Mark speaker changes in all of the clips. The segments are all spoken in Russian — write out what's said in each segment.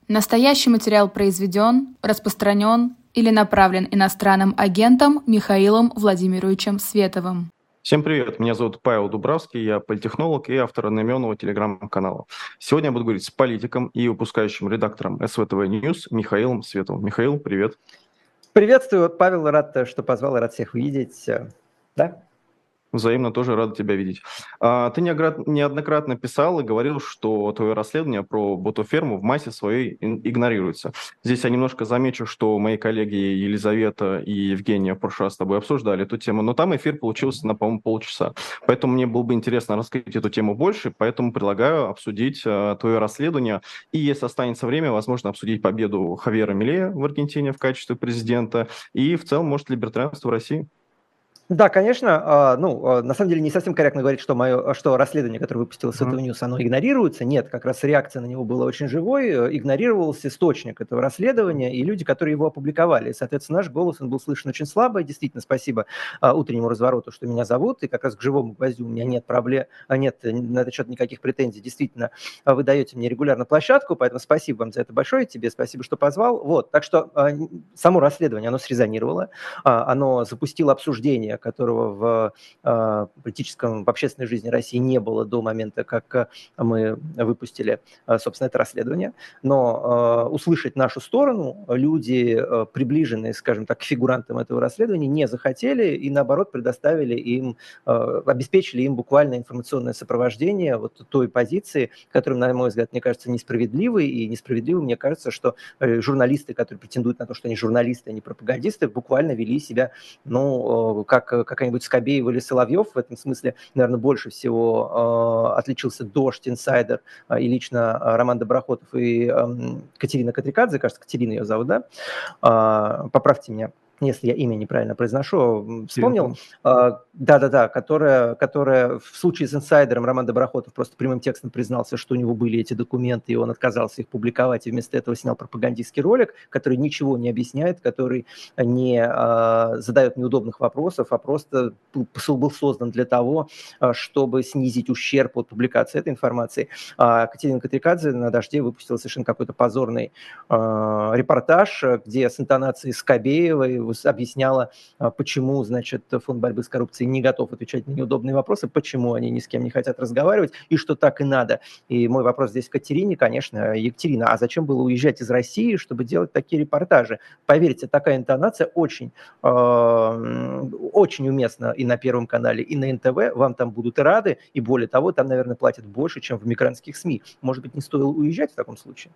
Speaker 1: Настоящий материал произведен, распространен или направлен иностранным агентом Михаилом Владимировичем Световым.
Speaker 2: Всем привет, меня зовут Павел Дубравский, я политтехнолог и автор одноименного телеграм-канала. Сегодня я буду говорить с политиком и выпускающим редактором СВТВ Ньюс Михаилом Световым. Михаил, привет.
Speaker 3: Приветствую, Павел, рад, что позвал, рад всех видеть. Да?
Speaker 2: Взаимно тоже рад тебя видеть. Ты неоднократно писал и говорил, что твое расследование про ботоферму в массе своей игнорируется. Здесь я немножко замечу, что мои коллеги Елизавета и Евгения в прошлый раз с тобой обсуждали эту тему, но там эфир получился на, по-моему, полчаса. Поэтому мне было бы интересно раскрыть эту тему больше, поэтому предлагаю обсудить твое расследование. И если останется время, возможно, обсудить победу Хавьера Милея в Аргентине в качестве президента и в целом, может, либертарианство в России.
Speaker 3: Да, конечно. На самом деле не совсем корректно говорить, что расследование, которое выпустило СВТВ Ньюс, оно игнорируется. Нет, как раз реакция на него была очень живой. Игнорировался источник этого расследования и люди, которые его опубликовали. И, соответственно, наш голос, он был слышен очень слабо. Действительно, спасибо утреннему развороту, что меня зовут. И как раз к живому гвоздю у меня нет проблем, нет на этот счет никаких претензий. Действительно, вы даете мне регулярно площадку, поэтому спасибо вам за это большое. Тебе спасибо, что позвал. Вот, так что само расследование, оно срезонировало, оно запустило обсуждение, которого в общественной жизни России не было до момента, как мы выпустили, собственно, это расследование. Но услышать нашу сторону люди, приближенные, скажем так, к фигурантам этого расследования, не захотели и, наоборот, обеспечили им буквально информационное сопровождение вот той позиции, которая, на мой взгляд, мне кажется, несправедливой. И несправедливо, мне кажется, что журналисты, которые претендуют на то, что они журналисты, а не пропагандисты, буквально вели себя, как какая-нибудь Скобеева или Соловьев. В этом смысле, наверное, больше всего отличился «Дождь», «Инсайдер» и лично Роман Доброхотов и Катерина Катрикадзе, кажется, Катерина ее зовут, да? Поправьте меня, если я имя неправильно произношу, вспомнил, да-да-да, которая в случае с «Инсайдером» Роман Доброхотов просто прямым текстом признался, что у него были эти документы, и он отказался их публиковать, и вместо этого снял пропагандистский ролик, который ничего не объясняет, который не задает неудобных вопросов, а просто был создан для того, чтобы снизить ущерб от публикации этой информации. Катерина Катрикадзе на «Дожде» выпустила совершенно какой-то позорный репортаж, где с интонацией Скобеевой объясняла, почему, значит, фонд борьбы с коррупцией не готов отвечать на неудобные вопросы, почему они ни с кем не хотят разговаривать, и что так и надо. И мой вопрос здесь к Катерине, конечно. Екатерина, а зачем было уезжать из России, чтобы делать такие репортажи? Поверьте, такая интонация очень уместна и на Первом канале, и на НТВ. Вам там будут и рады, и более того, там, наверное, платят больше, чем в мигрантских СМИ. Может быть, не стоило уезжать в таком случае?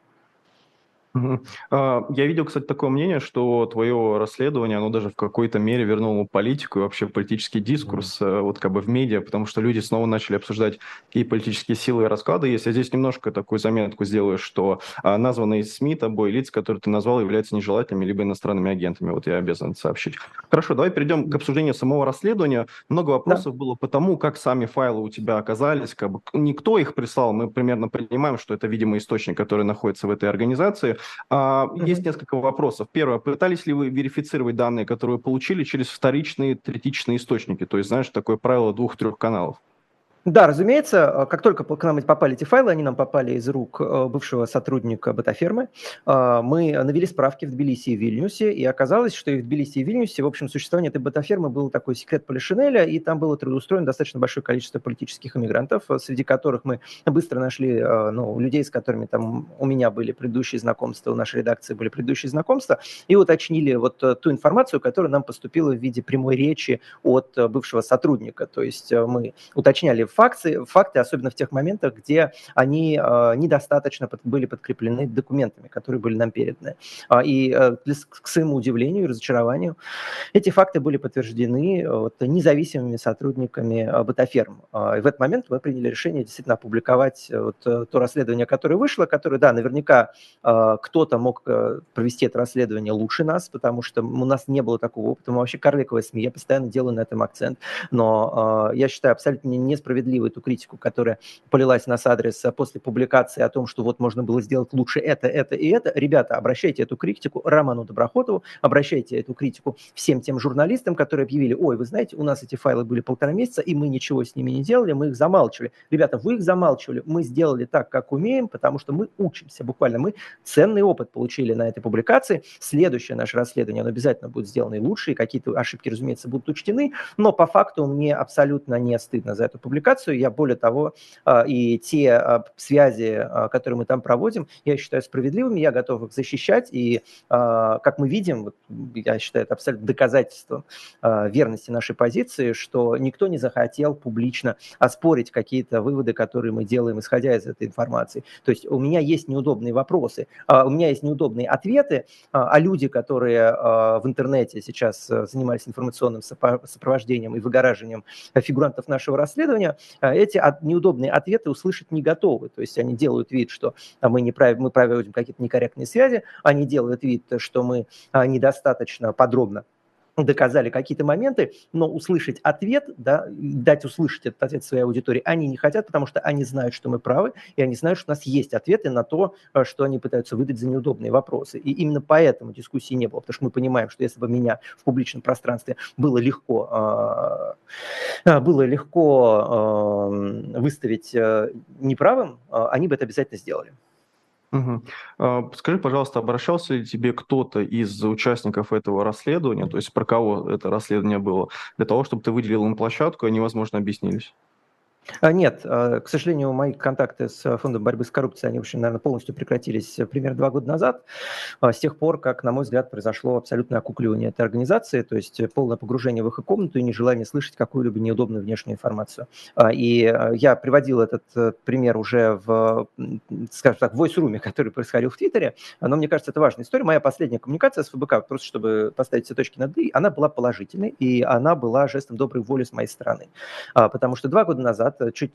Speaker 2: Я видел, кстати, такое мнение, что твое расследование, оно даже в какой-то мере вернуло политику и вообще политический дискурс вот как бы в медиа, потому что люди снова начали обсуждать какие политические силы и расклады. Если я здесь немножко такую заметку сделаю, что названные СМИ тобой лица, которые ты назвал, являются нежелательными либо иностранными агентами. Вот я обязан это сообщить. Хорошо, давай перейдем к обсуждению самого расследования. Много вопросов было по тому, как сами файлы у тебя оказались, как бы никто их прислал. Мы примерно понимаем, что это, видимо, источник, который находится в этой организации. Есть несколько вопросов. Первое. Пытались ли вы верифицировать данные, которые вы получили через вторичные, третичные источники? То есть, знаешь, такое правило 2-3 каналов.
Speaker 3: Да, разумеется, как только к нам попали эти файлы, они нам попали из рук бывшего сотрудника ботофермы, мы навели справки в Тбилиси и Вильнюсе, и оказалось, что и в Тбилиси и Вильнюсе, в общем, существование этой ботофермы был такой секрет Полишинеля, и там было трудоустроено достаточно большое количество политических иммигрантов, среди которых мы быстро нашли людей, с которыми там у меня были предыдущие знакомства, у нашей редакции были предыдущие знакомства, и уточнили вот ту информацию, которая нам поступила в виде прямой речи от бывшего сотрудника. То есть мы уточняли факты, особенно в тех моментах, где они недостаточно были подкреплены документами, которые были нам переданы. И к своему удивлению и разочарованию эти факты были подтверждены независимыми сотрудниками ботоферм. И в этот момент мы приняли решение действительно опубликовать то расследование, которое вышло, которое, да, наверняка кто-то мог провести это расследование лучше нас, потому что у нас не было такого опыта. Мы вообще карликовая СМИ, я постоянно делаю на этом акцент. Но я считаю абсолютно несправедливым справедливой ту критику, которая полилась в наш адрес после публикации о том, что вот можно было сделать лучше это и это. Ребята, обращайте эту критику Роману Доброхотову, обращайте эту критику всем тем журналистам, которые объявили: ой, вы знаете, у нас эти файлы были 1,5 месяца, и мы ничего с ними не делали, мы их замалчивали. Ребята, вы их замалчивали, мы сделали так, как умеем, потому что мы учимся буквально, мы ценный опыт получили на этой публикации. Следующее наше расследование, оно обязательно будет сделано и лучше, и какие-то ошибки, разумеется, будут учтены, но по факту мне абсолютно не стыдно за эту публикацию. Я, более того, и те связи, которые мы там проводим, я считаю справедливыми, я готов их защищать, и, как мы видим, вот, я считаю, это абсолютно доказательством верности нашей позиции, что никто не захотел публично оспорить какие-то выводы, которые мы делаем, исходя из этой информации. То есть у меня есть неудобные вопросы, у меня есть неудобные ответы, а люди, которые в интернете сейчас занимались информационным сопровождением и выгораживанием фигурантов нашего расследования, эти неудобные ответы услышать не готовы. То есть они делают вид, что мы проводим какие-то некорректные связи, они делают вид, что мы недостаточно подробно доказали какие-то моменты, но услышать ответ, да, дать услышать этот ответ своей аудитории они не хотят, потому что они знают, что мы правы, и они знают, что у нас есть ответы на то, что они пытаются выдать за неудобные вопросы. И именно поэтому дискуссии не было, потому что мы понимаем, что если бы меня в публичном пространстве было легко выставить неправым, они бы это обязательно сделали.
Speaker 2: Мгм. Скажи, пожалуйста, обращался ли тебе кто-то из участников этого расследования, то есть про кого это расследование было, для того, чтобы ты выделил им площадку, и они, возможно, объяснились?
Speaker 3: Нет, к сожалению, мои контакты с Фондом борьбы с коррупцией, они, в общем, наверное, полностью прекратились примерно 2 года назад, с тех пор, как, на мой взгляд, произошло абсолютное окукливание этой организации, то есть полное погружение в их комнату и нежелание слышать какую-либо неудобную внешнюю информацию. И я приводил этот пример уже скажем так, в войс-руме, который происходил в Твиттере, но мне кажется, это важная история. Моя последняя коммуникация с ФБК, просто чтобы поставить все точки над «и», она была положительной, и она была жестом доброй воли с моей стороны. Потому что 2 года назад,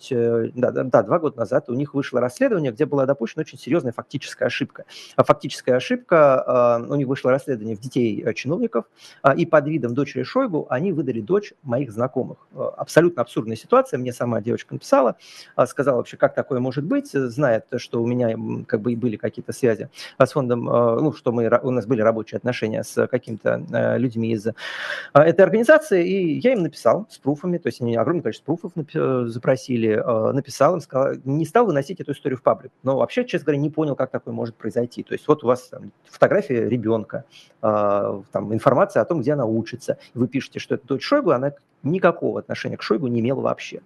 Speaker 3: 2 года назад у них вышло расследование, где была допущена очень серьезная фактическая ошибка. Фактическая ошибка, у них вышло расследование в детей чиновников, и под видом дочери Шойгу они выдали дочь моих знакомых. Абсолютно абсурдная ситуация, мне сама девочка написала, сказала вообще, как такое может быть, знает, что у меня как бы были какие-то связи с фондом, что у нас были рабочие отношения с какими-то людьми из этой организации, и я им написал с пруфами, то есть они огромное количество пруфов запросили, написал им, сказал, не стал выносить эту историю в паблик, но вообще, честно говоря, не понял, как такое может произойти. То есть вот у вас там фотография ребенка, там информация о том, где она учится, и вы пишете, что это дочь Шойгу, она никакого отношения к Шойгу не имела вообще.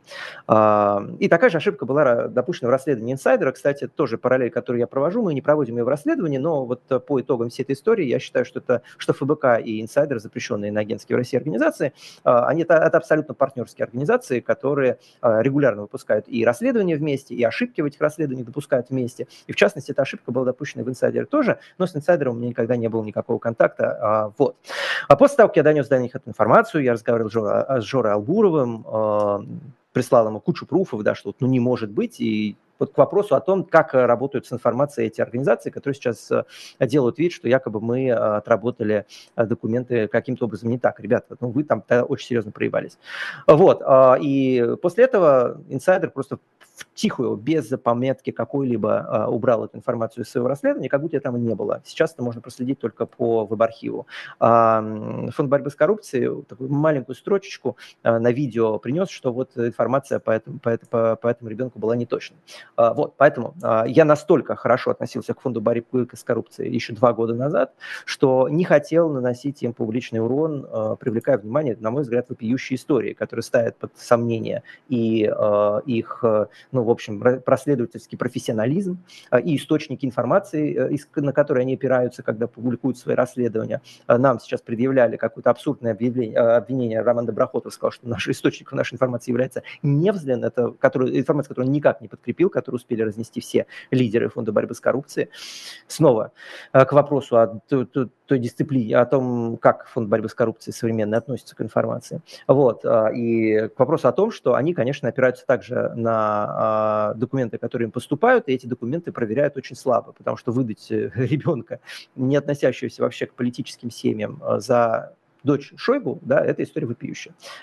Speaker 3: И такая же ошибка была допущена в расследовании инсайдера. Кстати, тоже параллель, которую я провожу, мы не проводим ее в расследовании, но вот по итогам всей этой истории я считаю, что ФБК и инсайдер, запрещенные иноагентские в России организации, это абсолютно партнерские организации, которые регулярно выпускают и расследования вместе, и ошибки в этих расследованиях допускают вместе. И в частности, эта ошибка была допущена в инсайдере тоже, но с инсайдером у меня никогда не было никакого контакта. Вот. А после того, как я донес до них эту информацию, я разговаривал с Жорой Алгуровым, прислал ему кучу пруфов, да, что не может быть, и вот к вопросу о том, как работают с информацией эти организации, которые сейчас делают вид, что якобы мы отработали документы каким-то образом не так. Ребята, вы там очень серьезно проебались. Вот. И после этого инсайдер просто втихую, без пометки какой-либо, убрал эту информацию из своего расследования, как будто ее там и не было. Сейчас это можно проследить только по веб-архиву. Фонд борьбы с коррупцией такую маленькую строчечку на видео принес, что вот информация по этому ребенку была неточной. Вот, поэтому я настолько хорошо относился к Фонду борьбы с коррупцией еще 2 года назад, что не хотел наносить им публичный урон, привлекая внимание, на мой взгляд, вопиющие истории, которые ставят под сомнение и их, в общем, расследовательский профессионализм, и источники информации, на которые они опираются, когда публикуют свои расследования. Нам сейчас предъявляли какое-то абсурдное обвинение. Роман Доброхотов сказал, что наш источник нашей информации является Невзлин, это информация, которую он никак не подкрепил, которую успели разнести все лидеры Фонда борьбы с коррупцией. Снова к вопросу о той дисциплине, о том, как Фонд борьбы с коррупцией современно относится к информации. Вот. И к вопросу о том, что они, конечно, опираются также на документы, которые им поступают, и эти документы проверяют очень слабо, потому что выдать ребенка, не относящегося вообще к политическим семьям, за дочь Шойгу, да, эта история вопиющая. Вот.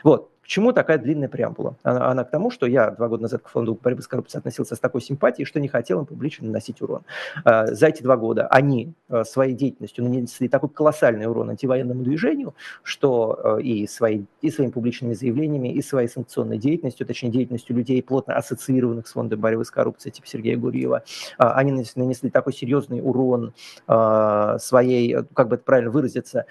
Speaker 3: К чему такая длинная преамбула? Она к тому, что я 2 года назад к фонду борьбы с коррупцией относился с такой симпатией, что не хотел им публично наносить урон. За эти 2 года они своей деятельностью нанесли такой колоссальный урон антивоенному движению, что и своими публичными заявлениями, и своей санкционной деятельностью, точнее деятельностью людей, плотно ассоциированных с фондом борьбы с коррупцией, типа Сергея Гурьева, они нанесли такой серьезный урон своей, как бы это правильно выразиться,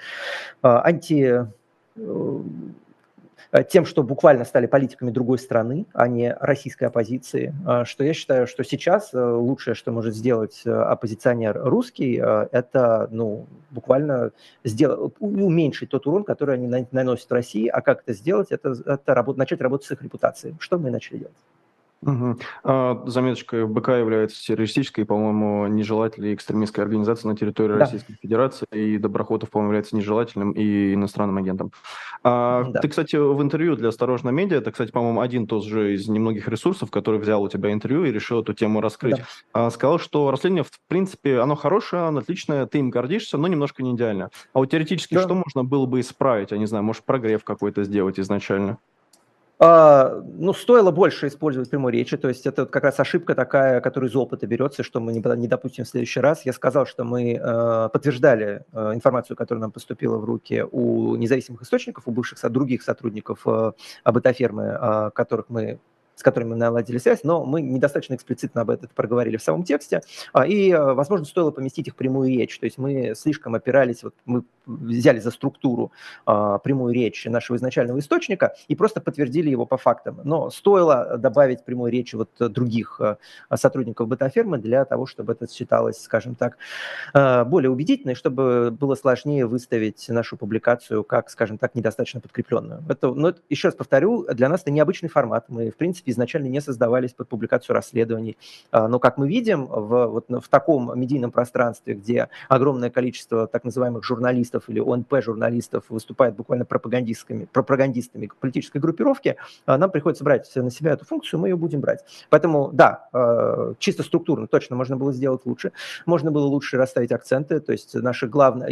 Speaker 3: тем, что буквально стали политиками другой страны, а не российской оппозиции, что я считаю, что сейчас лучшее, что может сделать оппозиционер русский, это буквально уменьшить тот урон, который они наносят в России. А как это сделать? Это начать работать с их репутацией, что мы и начали делать.
Speaker 2: Угу. Заметочка, БК является террористической, по-моему, нежелательной экстремистской организацией на территории Российской Федерации, и Доброхотов, по-моему, является нежелательным и иностранным агентом. Ты, кстати, в интервью для «Осторожно, медиа», это, кстати, по-моему, один тоже из немногих ресурсов, который взял у тебя интервью и решил эту тему раскрыть, сказал, что расследование, в принципе, оно хорошее, оно отличное, ты им гордишься, но немножко не идеально. А вот теоретически что можно было бы исправить? Я не знаю, может, прогрев какой-то сделать изначально?
Speaker 3: Стоило больше использовать прямой речи, то есть это как раз ошибка такая, которая из опыта берется, что мы не допустим в следующий раз. Я сказал, что мы подтверждали информацию, которая нам поступила в руки у независимых источников, у бывших других сотрудников АБТ-фермы, с которыми мы наладили связь, но мы недостаточно эксплицитно об этом проговорили в самом тексте, и, возможно, стоило поместить их в прямую речь, то есть мы слишком опирались, мы взяли за структуру прямую речь нашего изначального источника и просто подтвердили его по фактам, но стоило добавить прямую речь других сотрудников БТА-фермы для того, чтобы это считалось, скажем так, более убедительной, чтобы было сложнее выставить нашу публикацию как, скажем так, недостаточно подкрепленную. Еще раз повторю, для нас это необычный формат, мы, в принципе, изначально не создавались под публикацию расследований. Но, как мы видим, в таком медийном пространстве, где огромное количество так называемых журналистов или ОНП-журналистов выступает буквально пропагандистами политической группировки, нам приходится брать на себя эту функцию, мы ее будем брать. Поэтому, да, чисто структурно точно можно было сделать лучше. Можно было лучше расставить акценты. То есть наше главное...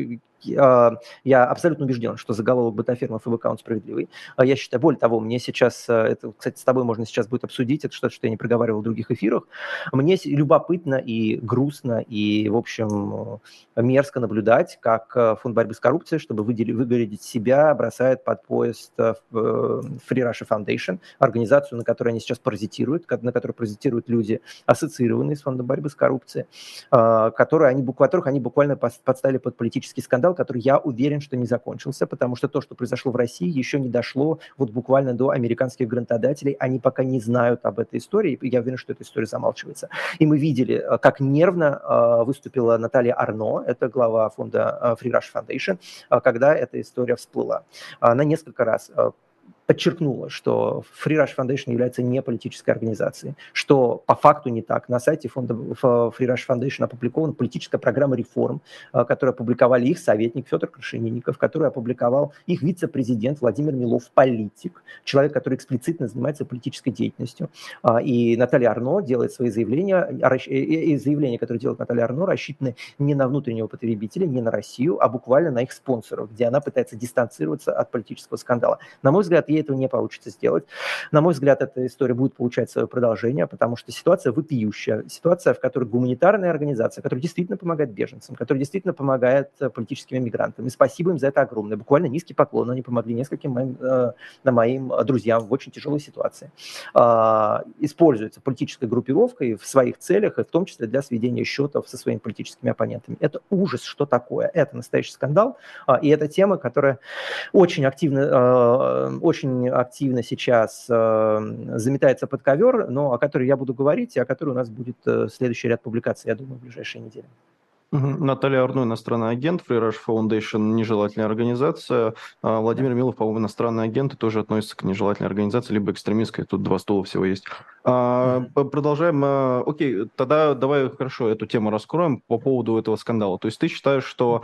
Speaker 3: Я абсолютно убежден, что заголовок БТА-фермы ФБК он справедливый. Я считаю, более того, мне сейчас, это, кстати, с тобой можно сейчас будет обсудить, это что-то, что я не проговаривал в других эфирах, мне любопытно и грустно, и, в общем, мерзко наблюдать, как фонд борьбы с коррупцией, чтобы выгородить себя, бросает под поезд Free Russia Foundation, организацию, на которой они сейчас паразитируют, на которой паразитируют люди, ассоциированные с фондом борьбы с коррупцией, которых они буквально подставили под политический скандал, который, я уверен, что не закончился, потому что то, что произошло в России, еще не дошло буквально до американских грантодателей. Они пока не знают об этой истории, и я уверен, что эта история замалчивается. И мы видели, как нервно выступила Наталья Арно, это глава фонда Free Russia Foundation, когда эта история всплыла. Она несколько раз подчеркнула, что Free Russia Foundation является не политической организацией, что по факту не так. На сайте фонда Free Russia Foundation опубликована политическая программа реформ, которую опубликовали их советник Федор Крашенинников, которую опубликовал их вице-президент Владимир Милов, политик, человек, который эксплицитно занимается политической деятельностью. И Наталья Арно делает свои заявления, и заявления, которые делает Наталья Арно, рассчитаны не на внутреннего потребителя, не на Россию, а буквально на их спонсоров, где она пытается дистанцироваться от политического скандала. На мой взгляд, ей этого не получится сделать. На мой взгляд, эта история будет получать свое продолжение, потому что ситуация вопиющая. Ситуация, в которой гуманитарная организация, которая действительно помогает беженцам, которая действительно помогает политическим иммигрантам. И спасибо им за это огромное. Буквально низкий поклон. Они помогли нескольким моим друзьям в очень тяжелой ситуации. Используется политической группировкой в своих целях, и в том числе для сведения счетов со своими политическими оппонентами. Это ужас, что такое. Это настоящий скандал. И это тема, которая очень активно сейчас заметается под ковер, но о которой я буду говорить, и о которой у нас будет следующий ряд публикаций, я думаю, в ближайшие недели.
Speaker 2: Наталья Арно, иностранный агент, Free Russia Foundation, нежелательная организация. Владимир Милов, по-моему, иностранный агент, и тоже относится к нежелательной организации, либо экстремистской, тут 2 стула всего есть. Продолжаем. Окей, тогда давай хорошо эту тему раскроем по поводу этого скандала. То есть ты считаешь, что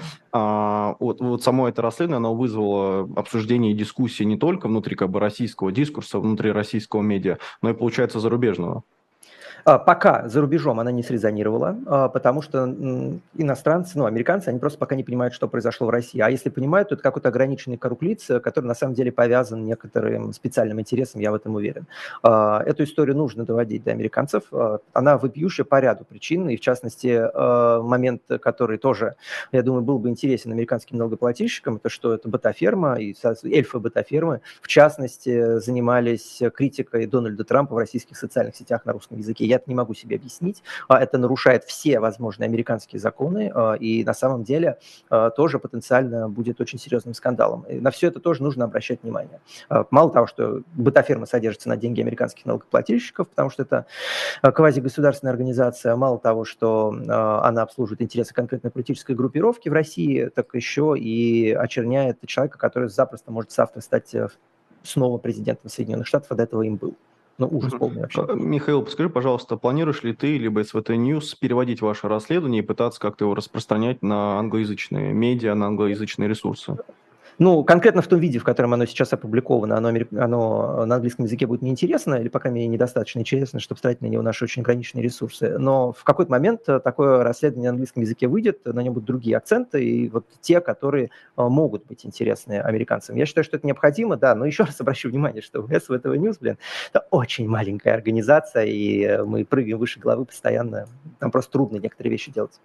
Speaker 2: вот само это расследование, оно вызвало обсуждение и дискуссии не только внутри российского дискурса, внутри российского медиа, но и, получается, зарубежного?
Speaker 3: Пока за рубежом она не срезонировала, потому что иностранцы, американцы, они просто пока не понимают, что произошло в России. А если понимают, то это какой-то ограниченный круг лиц, который на самом деле повязан некоторым специальным интересом, я в этом уверен. Эту историю нужно доводить до американцев. Она вопиющая по ряду причин, и в частности момент, который тоже, я думаю, был бы интересен американским налогоплательщикам, это что это бета-ферма, и эльфы бета-фермы, в частности, занимались критикой Дональда Трампа в российских социальных сетях на русском языке. Я это не могу себе объяснить. Это нарушает все возможные американские законы, и на самом деле тоже потенциально будет очень серьезным скандалом. И на все это тоже нужно обращать внимание. Мало того, что бета-ферма содержится на деньги американских налогоплательщиков, потому что это квазигосударственная организация, мало того, что она обслуживает интересы конкретной политической группировки в России, так еще и очерняет человека, который запросто может завтра стать снова президентом Соединенных Штатов, а до этого им был. Ужас полный вообще.
Speaker 2: Михаил, подскажи, пожалуйста, планируешь ли ты, либо СВТ News, переводить ваше расследование и пытаться как-то его распространять на англоязычные медиа, на англоязычные ресурсы?
Speaker 3: Конкретно в том виде, в котором оно сейчас опубликовано, оно на английском языке будет неинтересно, или, по крайней мере, недостаточно интересно, чтобы тратить на него наши очень ограниченные ресурсы. Но в какой-то момент такое расследование на английском языке выйдет, на нем будут другие акценты, и вот те, которые могут быть интересны американцам. Я считаю, что это необходимо, да, но еще раз обращу внимание, что СВТ News, это очень маленькая организация, и мы прыгаем выше головы постоянно. Там просто трудно некоторые вещи делать.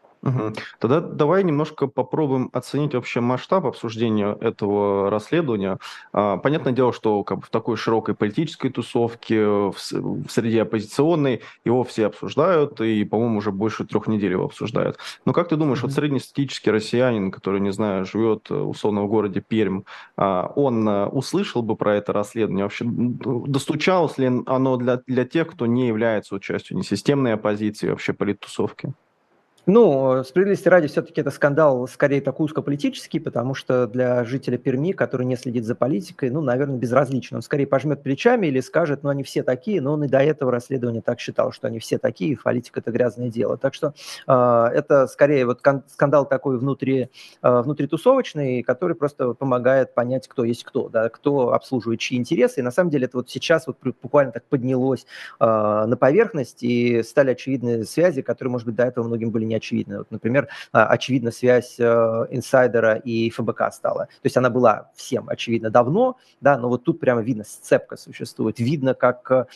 Speaker 2: Тогда давай немножко попробуем оценить вообще масштаб обсуждения этого расследования. Понятное дело, что в такой широкой политической тусовке, в среде оппозиционной, его все обсуждают, и, по-моему, уже больше 3 недель его обсуждают. Но как ты думаешь, вот среднестатистический россиянин, который, не знаю, живет условно в городе Пермь, он услышал бы про это расследование? Вообще достучалось ли оно для тех, кто не является частью несистемной оппозиции, вообще политтусовки?
Speaker 3: Справедливости ради, все-таки это скандал скорее такой узкополитический, потому что для жителя Перми, который не следит за политикой, наверное, безразлично. Он скорее пожмет плечами или скажет, они все такие, но он и до этого расследования так считал, что они все такие, и политика – это грязное дело. Так что это скорее скандал такой внутритусовочный, который просто помогает понять, кто есть кто, да, кто обслуживает чьи интересы. И на самом деле это сейчас буквально так поднялось на поверхность, и стали очевидны связи, которые, может быть, до этого многим были не очевидно. Например, очевидна связь инсайдера и ФБК стала. То есть она была всем очевидна давно, да, но вот тут прямо видно, сцепка существует. Видно, как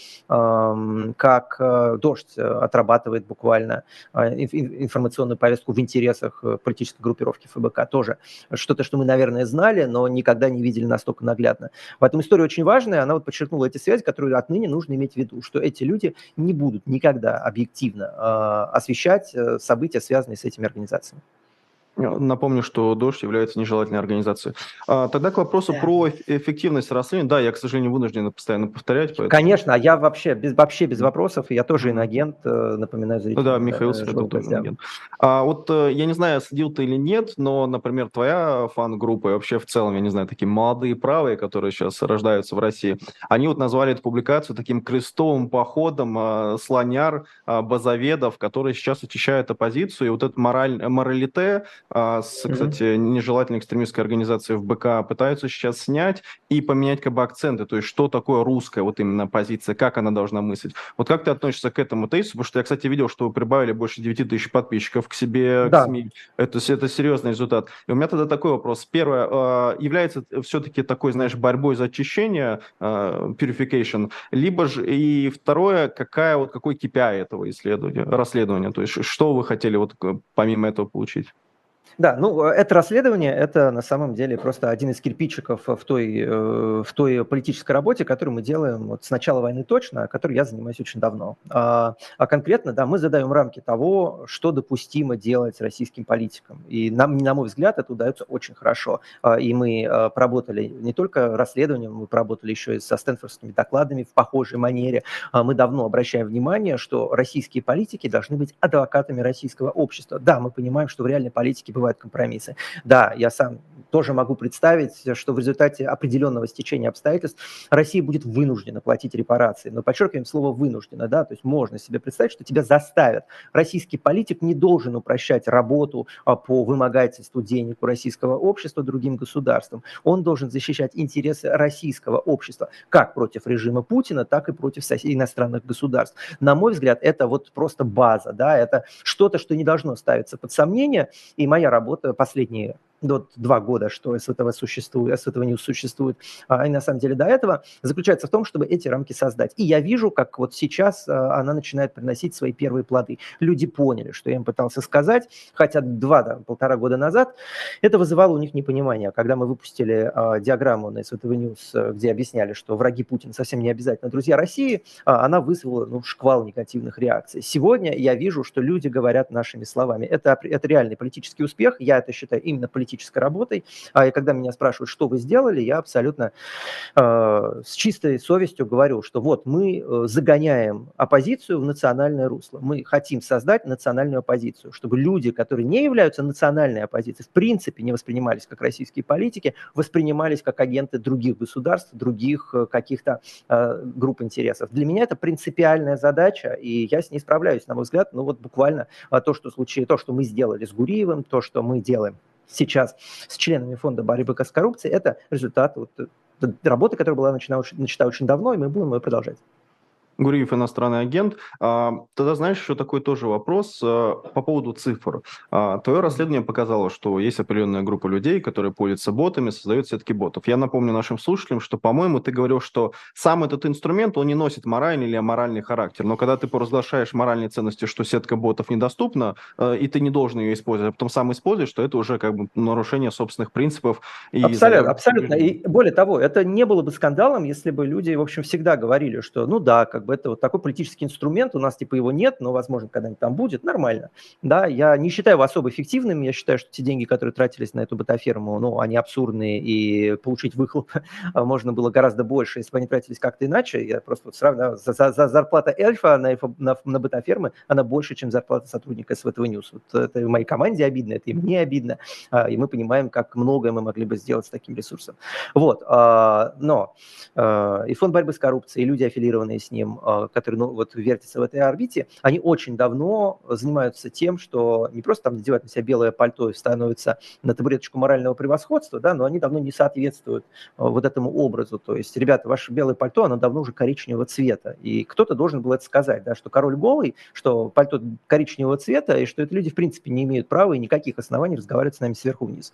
Speaker 3: дождь отрабатывает буквально информационную повестку в интересах политической группировки ФБК. Тоже что-то, что мы, наверное, знали, но никогда не видели настолько наглядно. Поэтому история очень важная. Она подчеркнула эти связи, которые отныне нужно иметь в виду, что эти люди не будут никогда объективно освещать события, связанные с этими организациями.
Speaker 2: Напомню, что «Дождь» является нежелательной организацией. Тогда к вопросу про эффективность расследования. Да, я, к сожалению, вынужден постоянно повторять.
Speaker 3: Поэтому... Конечно, я вообще без вопросов. Я тоже иноагент, напоминаю зрителям.
Speaker 2: Да, Михаил Светов тоже иноагент. Я не знаю, следил ты или нет, но, например, твоя фан-группа и вообще в целом, я не знаю, такие молодые правые, которые сейчас рождаются в России, они назвали эту публикацию таким крестовым походом слоняр, базоведов, которые сейчас очищают оппозицию. И вот это моралите, кстати, нежелательной экстремистской организации ФБК пытаются сейчас снять и поменять акценты, то есть что такое русская именно позиция, как она должна мыслить. Вот как ты относишься к этому тезису? Потому что я, кстати, видел, что вы прибавили больше 9 тысяч подписчиков к себе, к СМИ. Это серьезный результат. И у меня тогда такой вопрос. Первое, является все-таки такой, борьбой за очищение, purification, либо же, и второе, какой KPI этого расследования, то есть что вы хотели помимо этого получить?
Speaker 3: Да, это расследование, это на самом деле просто один из кирпичиков в той политической работе, которую мы делаем с начала войны точно, которой я занимаюсь очень давно. А конкретно, да, мы задаем рамки того, что допустимо делать российским политикам. И нам, на мой взгляд, это удается очень хорошо. И мы поработали не только расследованием, мы поработали еще и со стэнфордскими докладами в похожей манере. Мы давно обращаем внимание, что российские политики должны быть адвокатами российского общества. Да, мы понимаем, что в реальной политике бывают компромиссы. Да, я сам тоже могу представить, что в результате определенного стечения обстоятельств Россия будет вынуждена платить репарации. Но подчеркиваем слово «вынуждена», да, то есть можно себе представить, что тебя заставят. Российский политик не должен упрощать работу по вымогательству денег у российского общества другим государствам. Он должен защищать интересы российского общества как против режима Путина, так и против иностранных государств. На мой взгляд, это вот просто база, да, это что-то, что не должно ставиться под сомнение. И моя работа последние 2 года, что СВТВ существует, СВТВ Ньюс существует, и на самом деле до этого, заключается в том, чтобы эти рамки создать. И я вижу, как вот сейчас она начинает приносить свои первые плоды. Люди поняли, что я им пытался сказать, хотя 1,5 года назад это вызывало у них непонимание. Когда мы выпустили диаграмму на СВТВ Ньюс, где объясняли, что враги Путина совсем не обязательно друзья России, она вызвала шквал негативных реакций. Сегодня я вижу, что люди говорят нашими словами. Это реальный политический успех. Я это считаю именно политической работой. И когда меня спрашивают, что вы сделали, я абсолютно с чистой совестью говорю, что вот мы загоняем оппозицию в национальное русло. Мы хотим создать национальную оппозицию, чтобы люди, которые не являются национальной оппозицией, в принципе не воспринимались как российские политики, воспринимались как агенты других государств, других каких-то групп интересов. Для меня это принципиальная задача, и я с ней справляюсь, на мой взгляд. Ну вот буквально то, что мы сделали с Гуриевым, то, что мы делаем сейчас с членами фонда борьбы с коррупцией, это результат работы, которая была начата очень давно, и мы будем ее продолжать.
Speaker 2: Гуриев иностранный агент. Тогда, знаешь, еще такой тоже вопрос по поводу цифр. Твое расследование показало, что есть определенная группа людей, которые пользуются ботами, создают сетки ботов. Я напомню нашим слушателям, что, по-моему, ты говорил, что сам этот инструмент, он не носит моральный или аморальный характер. Но когда ты поразглашаешь моральные ценности, что сетка ботов недоступна, и ты не должен ее использовать, а потом сам используешь, то это уже как бы нарушение собственных принципов.
Speaker 3: Абсолютно. И более того, это не было бы скандалом, если бы люди, в общем, всегда говорили, что, ну да, как бы это вот такой политический инструмент, у нас типа его нет, но, возможно, когда-нибудь там будет, нормально. Да, я не считаю его особо эффективным, я считаю, что те деньги, которые тратились на эту ботаферму, ну, они абсурдные, и получить выхлоп можно было гораздо больше, если бы они тратились как-то иначе. Я просто вот сравниваю, зарплата эльфа на ботафермы, она больше, чем зарплата сотрудника СВТВ Ньюс. Вот это моей команде обидно, это и мне обидно, и мы понимаем, как многое мы могли бы сделать с таким ресурсом. Вот, но и фонд борьбы с коррупцией, и люди, аффилированные с ним, которые вот вертятся в этой орбите, они очень давно занимаются тем, что не просто там надевают на себя белое пальто и становятся на табуреточку морального превосходства, да, но они давно не соответствуют вот этому образу. То есть, ребята, ваше белое пальто, оно давно уже коричневого цвета. И кто-то должен был это сказать, да, что король голый, что пальто коричневого цвета, и что это люди, в принципе, не имеют права и никаких оснований разговаривать с нами сверху вниз.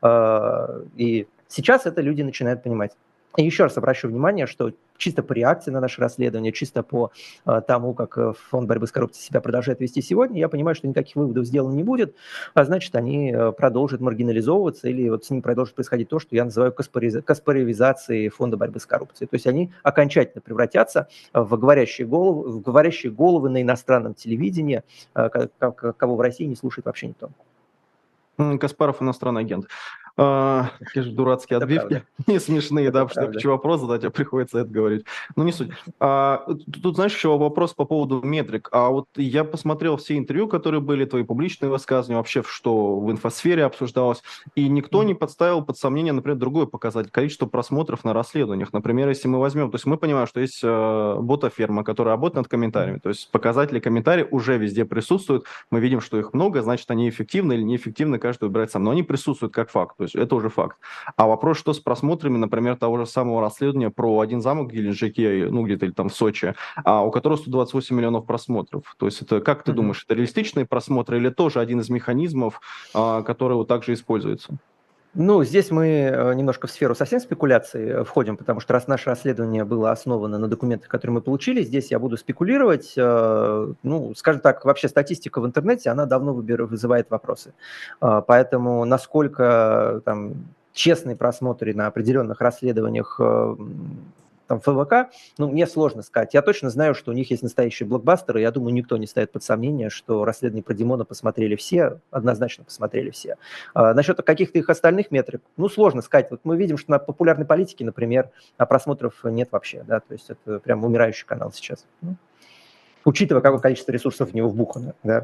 Speaker 3: И сейчас это люди начинают понимать. И еще раз обращу внимание, что чисто по реакции на наше расследование, чисто по тому, как фонд борьбы с коррупцией себя продолжает вести сегодня, я понимаю, что никаких выводов сделано не будет, а значит, они продолжат маргинализовываться или вот с ними продолжит происходить то, что я называю каспаровизацией фонда борьбы с коррупцией. То есть они окончательно превратятся в говорящие головы на иностранном телевидении, кого в России не слушает вообще никто.
Speaker 2: Каспаров иностранный агент. Какие же дурацкие отбивки, не смешные, да, потому что я хочу вопрос задать, а приходится это говорить. Ну, не суть. Тут, знаешь, еще вопрос по поводу метрик. А вот я посмотрел все интервью, которые были, твои публичные высказывания, вообще, что в инфосфере обсуждалось, и никто не подставил под сомнение, например, другой показатель, количество просмотров на расследованиях. Например, если мы возьмем, то есть мы понимаем, что есть ботаферма, которая работает над комментариями, то есть показатели комментариев уже везде присутствуют, мы видим, что их много, значит, они эффективны или неэффективны, каждый выбирает сам, но они присутствуют как факт. То есть это уже факт. А вопрос, что с просмотрами, например, того же самого расследования про один замок в Геленджике, ну где-то или там в Сочи, у которого 128 миллионов просмотров. То есть это, как ты думаешь, это реалистичные просмотры или тоже один из механизмов, который вот также используется?
Speaker 3: Ну, здесь мы немножко в сферу совсем спекуляций входим, потому что раз наше расследование было основано на документах, которые мы получили, здесь я буду спекулировать. Ну, скажем так, вообще статистика в интернете, она давно вызывает вопросы. Поэтому насколько там честные просмотры на определенных расследованиях там ФВК, ну, мне сложно сказать. Я точно знаю, что у них есть настоящие блокбастеры, я думаю, никто не ставит под сомнение, что расследование про Димона посмотрели все, однозначно посмотрели все. Насчет каких-то их остальных метрик, ну, сложно сказать. Вот мы видим, что на популярной политике, например, просмотров нет вообще, да, то есть это прям умирающий канал сейчас. Ну, учитывая, какое количество ресурсов в него вбухано, да.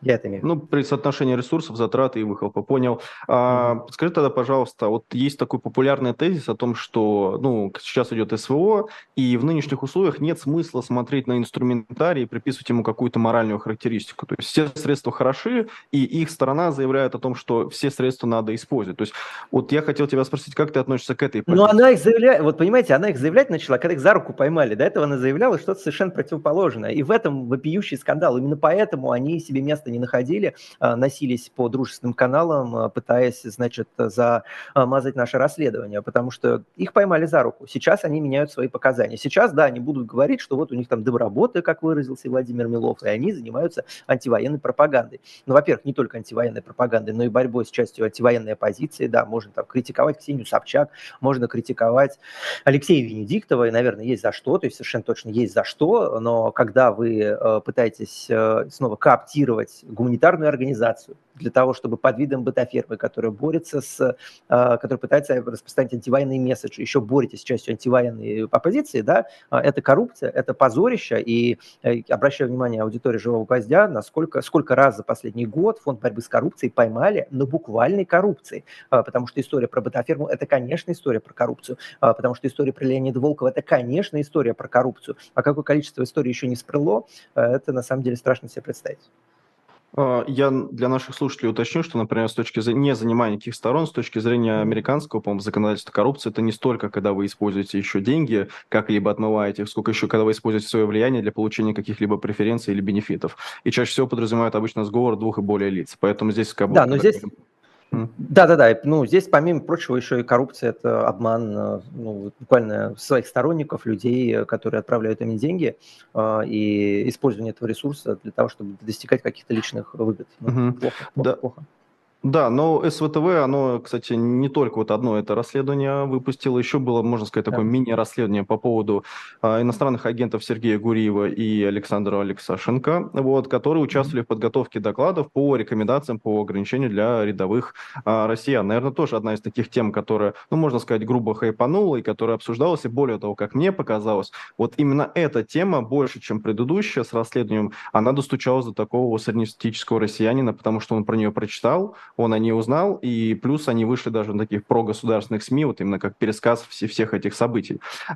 Speaker 3: Я это имею в виду.
Speaker 2: Ну, при соотношении ресурсов, затрат и выхлопа, понял. Скажи тогда, пожалуйста, вот есть такой популярный тезис о том, что, ну, сейчас идет СВО, и в нынешних условиях нет смысла смотреть на инструментарий и приписывать ему какую-то моральную характеристику. То есть все средства хороши, и их сторона заявляет о том, что все средства надо использовать. То есть вот я хотел тебя спросить, как ты относишься к этой позиции?
Speaker 3: Но она их заявляет, вот понимаете, она их заявлять начала, когда их за руку поймали. До этого она заявляла что-то совершенно противоположное. И в этом вопиющий скандал. Именно поэтому они себе места не находили, носились по дружественным каналам, пытаясь, значит, замазать наше расследование, потому что их поймали за руку. Сейчас они меняют свои показания. Сейчас, да, они будут говорить, что вот у них там добробота, как выразился Владимир Милов, и они занимаются антивоенной пропагандой. Ну, во-первых, не только антивоенной пропагандой, но и борьбой с частью антивоенной оппозиции. Да, можно там критиковать Ксению Собчак, можно критиковать Алексея Венедиктова, и, наверное, есть за что, то есть совершенно точно есть за что, но когда вы пытаетесь снова кооптировать гуманитарную организацию для того, чтобы под видом бытафермы, которая борется которая пытается распространять антивоенные месседжи, еще боретесь с частью антивоенной оппозиции, да, это коррупция, это позорище, и обращаю внимание аудитории «Живого гвоздя», сколько раз за последний год Фонд борьбы с коррупцией поймали на буквальной коррупции, потому что история про бытаферму – это, конечно, история про коррупцию, потому что история про Леонида Волкова – это, конечно, история про коррупцию. А какое количество историй еще не всплыло, это на самом деле страшно себе представить.
Speaker 2: Я для наших слушателей уточню, что, например, с точки зрения, не занимая никаких сторон, с точки зрения американского, по-моему, законодательства, коррупция – это не столько, когда вы используете еще деньги, как-либо отмываете, сколько еще, когда вы используете свое влияние для получения каких-либо преференций или бенефитов. И чаще всего подразумевает обычно сговор двух и более лиц. Поэтому здесь как бы…
Speaker 3: Да, но здесь… Да. Ну, здесь, помимо прочего, еще и коррупция – это обман, ну, буквально своих сторонников, людей, которые отправляют им деньги, и использование этого ресурса для того, чтобы достигать каких-то личных выгод. Ну, плохо.
Speaker 2: Да, но СВТВ, оно, кстати, не только вот одно это расследование выпустило, еще было, можно сказать, такое мини-расследование по поводу иностранных агентов Сергея Гуриева и Александра Алексашенко, вот, которые участвовали в подготовке докладов по рекомендациям по ограничению для рядовых россиян. Наверное, тоже одна из таких тем, которая, ну, можно сказать, грубо хайпанула и которая обсуждалась, и более того, как мне показалось, вот именно эта тема больше, чем предыдущая с расследованием, она достучалась до такого среднестатистического россиянина, потому что он про нее прочитал, он о ней узнал, и плюс они вышли даже на таких прогосударственных СМИ, вот именно как пересказ всех этих событий.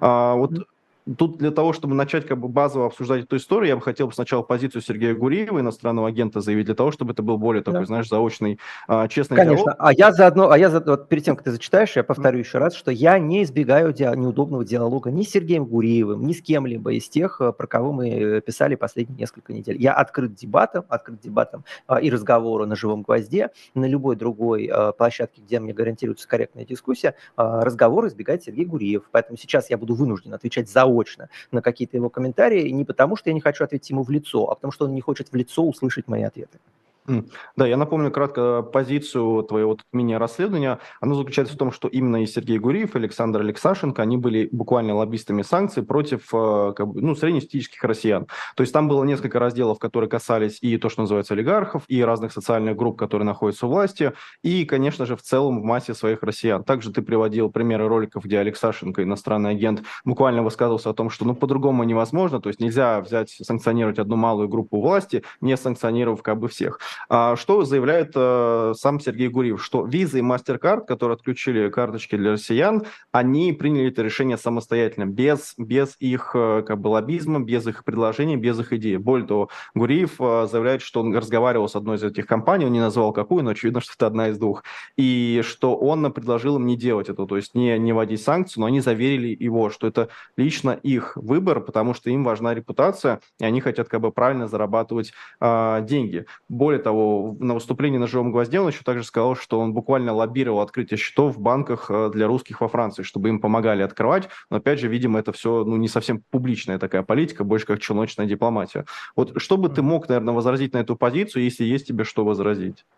Speaker 2: Тут для того, чтобы начать как бы базово обсуждать эту историю, я бы хотел сначала позицию Сергея Гуриева, иностранного агента, заявить, для того, чтобы это был более такой, знаешь, заочный, честный
Speaker 3: Конечно.
Speaker 2: диалог.
Speaker 3: Вот перед тем, как ты зачитаешь, я повторю еще раз, что я не избегаю неудобного диалога ни с Сергеем Гуриевым, ни с кем-либо из тех, про кого мы писали последние несколько недель. Я открыт дебатам и разговору на «Живом гвозде», на любой другой площадке, где мне гарантируется корректная дискуссия, разговор избегает Сергей Гуриев. Поэтому сейчас я буду вынужден отвечать заочно на какие-то его комментарии, не потому что я не хочу ответить ему в лицо, а потому что он не хочет в лицо услышать мои ответы.
Speaker 2: Да, я напомню кратко позицию твоего мини-расследования. Оно заключается в том, что именно и Сергей Гуриев, и Александр Алексашенко, они были буквально лоббистами санкций против среднестатистических россиян. То есть там было несколько разделов, которые касались и то, что называется олигархов, и разных социальных групп, которые находятся у власти, и, конечно же, в целом в массе своих россиян. Также ты приводил примеры роликов, где Алексашенко, иностранный агент, буквально высказывался о том, что по-другому невозможно, то есть нельзя взять, санкционировать одну малую группу власти, не санкционировав как бы всех. Что заявляет сам Сергей Гуриев, что Visa и MasterCard, которые отключили карточки для россиян, они приняли это решение самостоятельно, без их как бы лоббизма, без их предложений, без их идей. Более того, Гуриев заявляет, что он разговаривал с одной из этих компаний, он не назвал какую, но очевидно, что это одна из двух, и что он предложил им не делать это, то есть не вводить санкции, но они заверили его, что это лично их выбор, потому что им важна репутация, и они хотят как бы правильно зарабатывать деньги. Более того, на выступлении на «Живом гвозде» он еще также сказал, что он буквально лоббировал открытие счетов в банках для русских во Франции, чтобы им помогали открывать. Но опять же, видимо, это все не совсем публичная такая политика, больше как челночная дипломатия. Вот что бы ты мог, наверное, возразить на эту позицию, если есть тебе что возразить?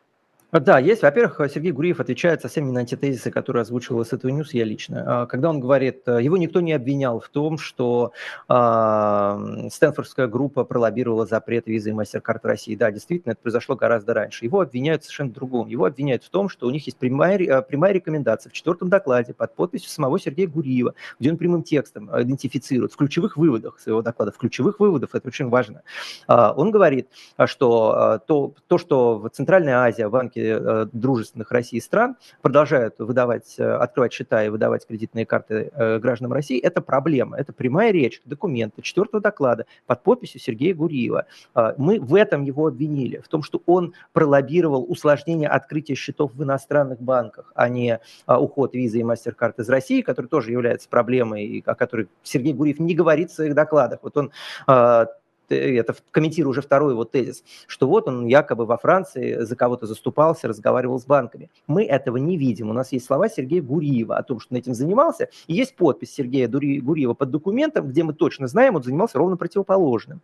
Speaker 3: Да, есть. Во-первых, Сергей Гуриев отвечает совсем не на те тезисы, которые озвучивал СТВ Ньюс я лично. Когда он говорит, его никто не обвинял в том, что Стэнфордская группа пролоббировала запрет визы и MasterCard России. Да, действительно, это произошло гораздо раньше. Его обвиняют совершенно в другом. Его обвиняют в том, что у них есть прямая рекомендация в 4-м докладе под подписью самого Сергея Гуриева, где он прямым текстом идентифицирует в ключевых выводах своего доклада, в ключевых выводах, это очень важно. Он говорит, что что в Центральной Азии, в банке дружественных России стран продолжают выдавать, открывать счета и выдавать кредитные карты гражданам России, это проблема. Это прямая речь, документы 4-го доклада под подписью Сергея Гуриева. Мы в этом его обвинили, в том, что он пролоббировал усложнение открытия счетов в иностранных банках, а не уход визы и MasterCard из России, который тоже является проблемой, о которой Сергей Гуриев не говорит в своих докладах. Вот он это комментирую уже второй его тезис, что вот он якобы во Франции за кого-то заступался, разговаривал с банками. Мы этого не видим. У нас есть слова Сергея Гуриева о том, что он этим занимался, и есть подпись Сергея Гуриева под документом, где мы точно знаем, он занимался ровно противоположным.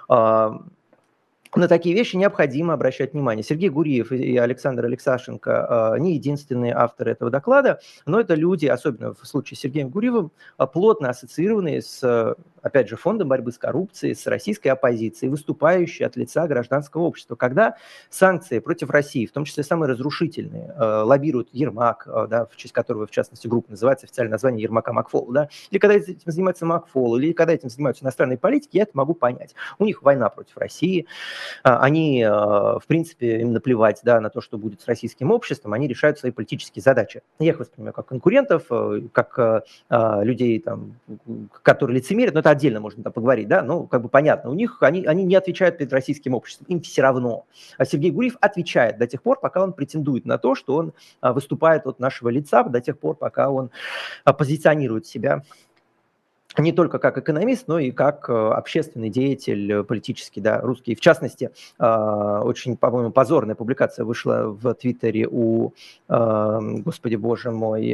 Speaker 3: На такие вещи необходимо обращать внимание. Сергей Гуриев и Александр Алексашенко не единственные авторы этого доклада, но это люди, особенно в случае с Сергеем Гуриевым, плотно ассоциированные с, опять же, Фондом борьбы с коррупцией, с российской оппозицией, выступающие от лица гражданского общества. Когда санкции против России, в том числе самые разрушительные, лоббируют Ермак, да, в честь которого, в частности, группа называется, официальное название Ермака Макфол, да, или когда этим занимается Макфол, или когда этим занимаются иностранные политики, я это могу понять. У них война против России, они, в принципе, им наплевать, да, на то, что будет с российским обществом, они решают свои политические задачи. Я их воспринимаю как конкурентов, как людей, там, которые лицемерят, но это отдельно можно там поговорить, да, ну, как бы понятно, у них, они не отвечают перед российским обществом, им все равно. А Сергей Гуриев отвечает до тех пор, пока он претендует на то, что он выступает от нашего лица, до тех пор, пока он позиционирует себя не только как экономист, но и как общественный деятель политический, да, русский. В частности, очень, по-моему, позорная публикация вышла в Твиттере у, господи боже мой,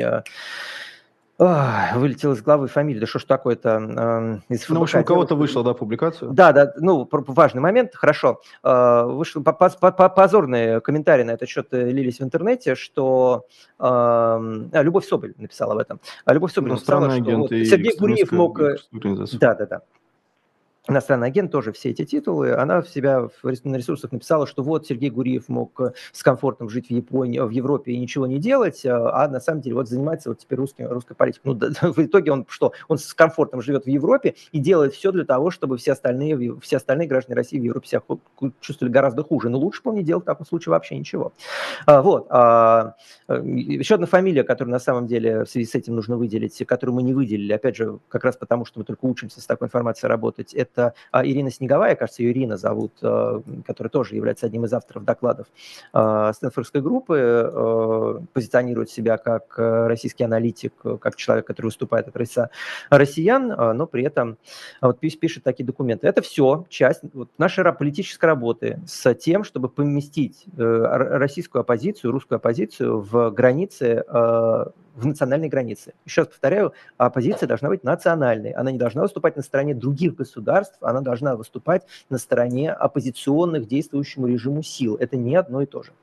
Speaker 3: вылетел из головы фамилия, да что ж такое-то?
Speaker 2: Ну, в общем, у кого-то вышла, да, публикация?
Speaker 3: Да, ну, важный момент, хорошо. Вышел позорные комментарии на этот счет лились в интернете, что Любовь Соболь написала об этом. Любовь Соболь написала, что вот Сергей Гуриев мог... Да. Иностранный агент, тоже все эти титулы, она в себя на ресурсах написала, что вот Сергей Гуриев мог с комфортом жить в Японии, в Европе и ничего не делать, а на самом деле вот занимается вот теперь русской политикой. Ну, да, в итоге он что? Он с комфортом живет в Европе и делает все для того, чтобы все остальные граждане России в Европе себя чувствовали гораздо хуже. Но лучше бы он не делал в таком случае вообще ничего. Вот. Еще одна фамилия, которую на самом деле в связи с этим нужно выделить, которую мы не выделили, опять же, как раз потому, что мы только учимся с такой информацией работать, это Ирина Снеговая, кажется, ее Ирина зовут, которая тоже является одним из авторов докладов Стэнфордской группы, позиционирует себя как российский аналитик, как человек, который выступает от лица россиян, но при этом вот пишет такие документы. Это все часть нашей политической работы с тем, чтобы поместить российскую оппозицию, русскую оппозицию в границы, в национальной границе. Еще раз повторяю, оппозиция должна быть национальной. Она не должна выступать на стороне других государств, она должна выступать на стороне оппозиционных действующему режиму сил. Это не одно и то же.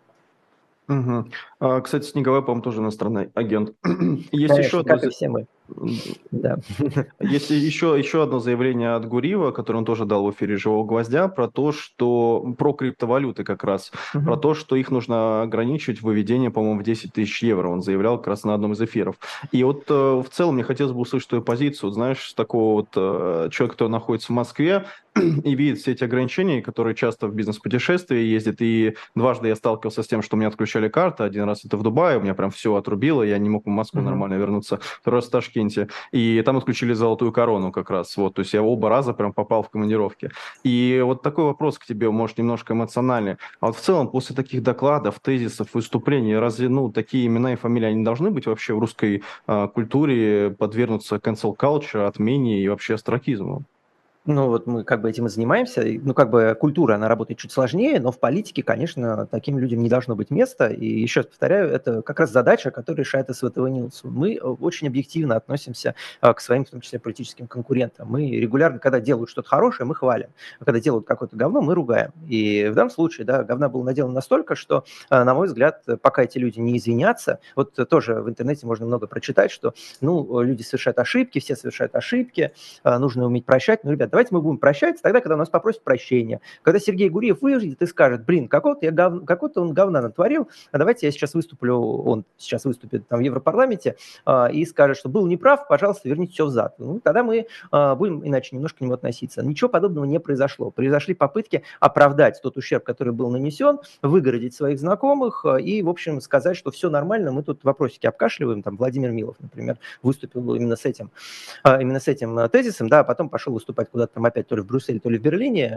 Speaker 2: Угу. Кстати, Снеговой, по-моему, тоже иностранный агент. Есть
Speaker 3: Конечно,
Speaker 2: еще
Speaker 3: как и все мы. Да.
Speaker 2: Есть еще одно заявление от Гуриева, которое он тоже дал в эфире «Живого гвоздя», про криптовалюты как раз, про то, что их нужно ограничивать выведение, по-моему, в 10 тысяч евро. Он заявлял как раз на одном из эфиров. И вот в целом мне хотелось бы услышать твою позицию, знаешь, такого вот человека, который находится в Москве и видит все эти ограничения, которые часто в бизнес-путешествии ездит. И дважды я сталкивался с тем, что у меня отключали карты. Один раз это в Дубае, у меня прям все отрубило, я не мог в Москву нормально вернуться. Второй раз в Ташкенте. И там отключили золотую корону как раз. Вот, то есть я оба раза прям попал в командировки. И вот такой вопрос к тебе, может, немножко эмоциональный. А вот в целом, после таких докладов, тезисов, выступлений, разве, такие имена и фамилии, они должны быть вообще в русской культуре, подвергнуться cancel culture, отмене и вообще остракизму?
Speaker 3: Ну, вот мы как бы этим и занимаемся. Ну, как бы культура, она работает чуть сложнее, но в политике, конечно, таким людям не должно быть места. И еще раз повторяю, это как раз задача, которую решает СВТВ Ньюс. Мы очень объективно относимся к своим, в том числе, политическим конкурентам. Мы регулярно, когда делают что-то хорошее, мы хвалим. А когда делают какое-то говно, мы ругаем. И в данном случае, да, говна было наделано настолько, что, на мой взгляд, пока эти люди не извинятся, вот тоже в интернете можно много прочитать, что, ну, люди совершают ошибки, все совершают ошибки, нужно уметь прощать. Ну, ребят, давайте мы будем прощать тогда, когда у нас попросят прощения. Когда Сергей Гуриев выйдет и скажет, блин, какого-то он говна натворил, а давайте я сейчас выступлю, он сейчас выступит там в Европарламенте и скажет, что был неправ, пожалуйста, верните все взад. Ну, тогда мы будем иначе немножко к нему относиться. Ничего подобного не произошло. Произошли попытки оправдать тот ущерб, который был нанесен, выгородить своих знакомых и, в общем, сказать, что все нормально, мы тут вопросики обкашливаем. Там Владимир Милов, например, выступил именно с этим тезисом, да, а потом пошел выступать куда-то там опять то ли в Брюсселе, то ли в Берлине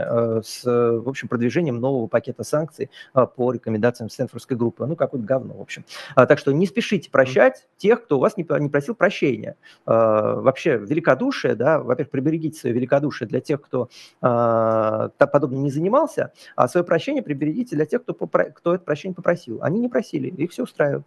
Speaker 3: в общем, продвижением нового пакета санкций по рекомендациям Стэнфордской группы. Ну, какое-то говно, в общем. Так что не спешите прощать тех, кто у вас не просил прощения. Вообще, великодушие, да, во-первых, приберегите свое великодушие для тех, кто подобным не занимался, а свое прощение приберегите для тех, кто это прощение попросил. Они не просили, их все устраивает.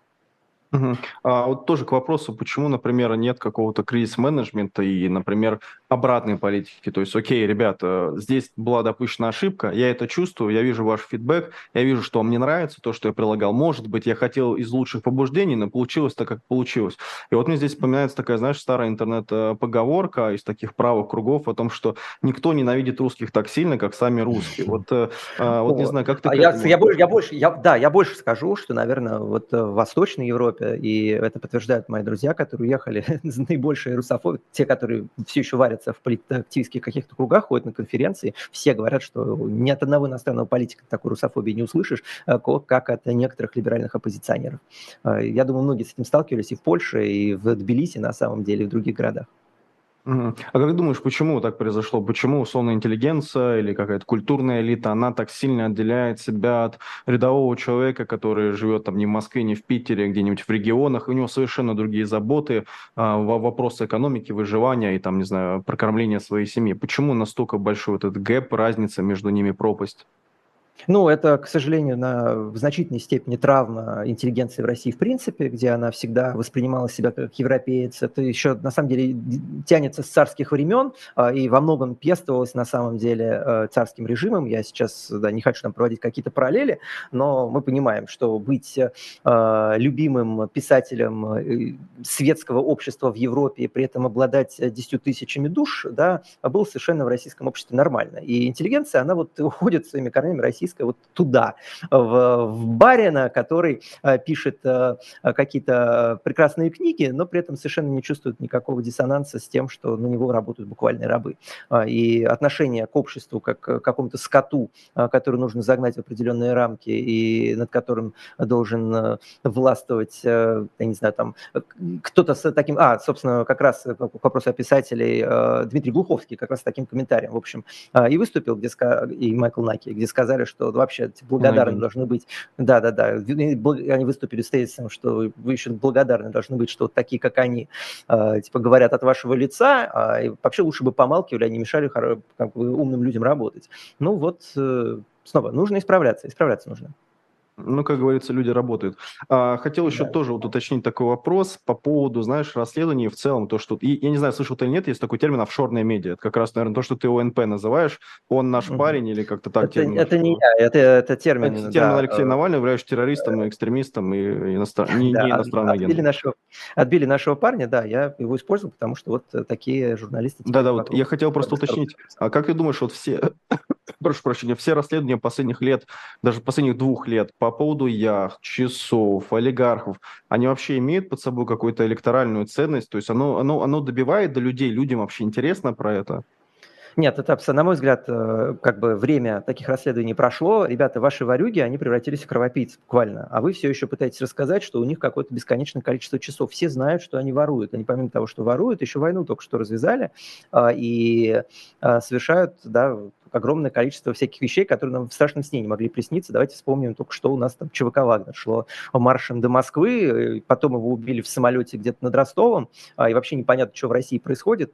Speaker 2: Мгм. Вот тоже к вопросу, почему, например, нет какого-то кризис-менеджмента и, например, обратной политики. То есть, окей, ребята, здесь была допущена ошибка, я это чувствую, я вижу ваш фидбэк, я вижу, что вам не нравится то, что я прилагал. Может быть, я хотел из лучших побуждений, но получилось так, как получилось. И вот мне здесь вспоминается такая, знаешь, старая интернет-поговорка из таких правых кругов о том, что никто ненавидит русских так сильно, как сами русские. Вот не знаю, как ты к этому относишься?
Speaker 3: Я больше скажу, что, наверное, вот в Восточной Европе, и это подтверждают мои друзья, которые уехали, наибольшие русофобы, те, которые все еще варятся в политактивских каких-то кругах, ходят на конференции, все говорят, что ни от одного иностранного политика такой русофобии не услышишь, как от некоторых либеральных оппозиционеров. Я думаю, многие с этим сталкивались и в Польше, и в Тбилиси, на самом деле, и в других городах.
Speaker 2: Мгм. А как думаешь, почему так произошло? Почему условная интеллигенция или какая-то культурная элита, она так сильно отделяет себя от рядового человека, который живет там не в Москве, не в Питере, где-нибудь в регионах, у него совершенно другие заботы, вопросы экономики, выживания и там, не знаю, прокормления своей семьи. Почему настолько большой вот этот гэп, разница между ними, пропасть?
Speaker 3: Ну, это, к сожалению, в значительной степени травма интеллигенции в России в принципе, где она всегда воспринимала себя как европеец. Это еще, на самом деле, тянется с царских времен и во многом пестовалось, на самом деле, царским режимом. Я сейчас не хочу там проводить какие-то параллели, но мы понимаем, что быть любимым писателем светского общества в Европе и при этом обладать 10 тысячами душ, да, было совершенно в российском обществе нормально. И интеллигенция, она вот уходит своими корнями российской вот туда, в Барина, который пишет какие-то прекрасные книги, но при этом совершенно не чувствует никакого диссонанса с тем, что на него работают буквальные рабы. И отношение к обществу как к какому-то скоту, который нужно загнать в определенные рамки и над которым должен властвовать, я не знаю, там кто-то с таким... собственно, как раз к вопросу о писателей Дмитрий Глуховский как раз с таким комментарием, в общем, и выступил, и Майкл Наки, где сказали, что вообще благодарны должны быть. Да-да-да. Они выступили с тезисом, что вы еще благодарны должны быть, что вот такие, как они, типа говорят от вашего лица, и вообще лучше бы помалкивали, а не мешали как бы, умным людям работать. Ну вот, снова, нужно исправляться нужно.
Speaker 2: Ну, как говорится, люди работают. Хотел еще тоже вот уточнить такой вопрос по поводу, знаешь, расследований в целом. То, что, я не знаю, слышал ты или нет, есть такой термин офшорная медиа. Это как раз, наверное, то, что ты ОНП называешь. Он наш парень или как-то так термин.
Speaker 3: Это не я, это термин.
Speaker 2: Это термин Алексея Навального, являющийся террористом, экстремистом и не иностранным агентом.
Speaker 3: Отбили нашего парня, да, я его использовал, потому что вот такие журналисты...
Speaker 2: Да-да, вот я хотел просто уточнить, а как ты думаешь, вот все, прошу прощения, все расследования последних лет, даже последних 2 лет по поводу яхт, часов, олигархов, они вообще имеют под собой какую-то электоральную ценность? То есть оно добивает до людей, людям вообще интересно про это?
Speaker 3: Нет, это, на мой взгляд, как бы время таких расследований прошло. Ребята, ваши ворюги, они превратились в кровопийц буквально. А вы все еще пытаетесь рассказать, что у них какое-то бесконечное количество часов. Все знают, что они воруют. Они помимо того, что воруют, еще войну только что развязали и совершают, да, огромное количество всяких вещей, которые нам в страшном сне не могли присниться. Давайте вспомним только, что у нас там ЧВК «Вагнер» шло маршем до Москвы, потом его убили в самолете где-то над Ростовом, и вообще непонятно, что в России происходит.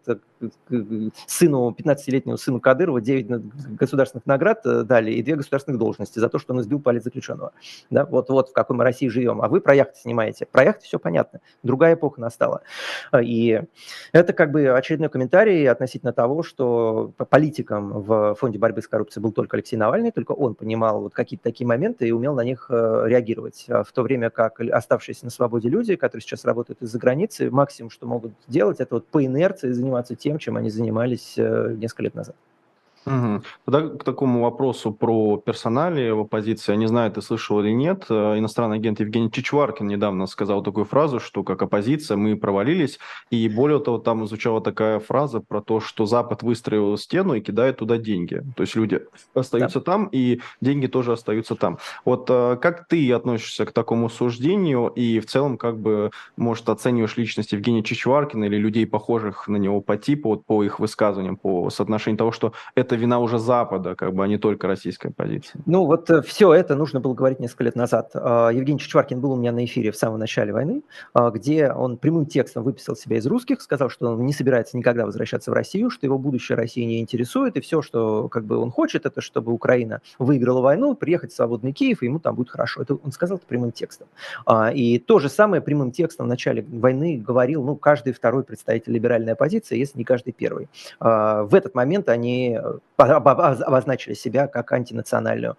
Speaker 3: Сыну, 15-летнему сыну Кадырова 9 государственных наград дали и 2 государственных должности за то, что он избил политзаключенного. Да? Вот в какой мы России живем. А вы про яхты снимаете. Про яхты все понятно. Другая эпоха настала. И это как бы очередной комментарий относительно того, что политиком в фонде борьбы с коррупцией был только Алексей Навальный, только он понимал вот какие-то такие моменты и умел на них реагировать. В то время как оставшиеся на свободе люди, которые сейчас работают из-за границы, максимум, что могут делать, это вот по инерции заниматься тем, чем они занимались несколько лет назад.
Speaker 2: Мгм. Тогда к такому вопросу про персоналии в оппозиции. Я не знаю, ты слышал или нет. Иностранный агент Евгений Чичваркин недавно сказал такую фразу, что как оппозиция мы провалились. И более того, там звучала такая фраза про то, что Запад выстроил стену и кидает туда деньги. То есть люди остаются там, и деньги тоже остаются там. Вот как ты относишься к такому суждению и в целом как бы, может, оцениваешь личность Евгения Чичваркина или людей, похожих на него по типу, вот по их высказываниям, по соотношению того, что это вина уже Запада, как бы, а не только российская позиция?
Speaker 3: Ну вот все это нужно было говорить несколько лет назад. Евгений Чичваркин был у меня на эфире в самом начале войны, где он прямым текстом выписал себя из русских, сказал, что он не собирается никогда возвращаться в Россию, что его будущее России не интересует, и все, что как бы он хочет, это чтобы Украина выиграла войну, приехать в свободный Киев, и ему там будет хорошо. Это он сказал это прямым текстом. И то же самое прямым текстом в начале войны говорил, каждый второй представитель либеральной оппозиции, если не каждый первый. В этот момент они обозначили себя как антинациональную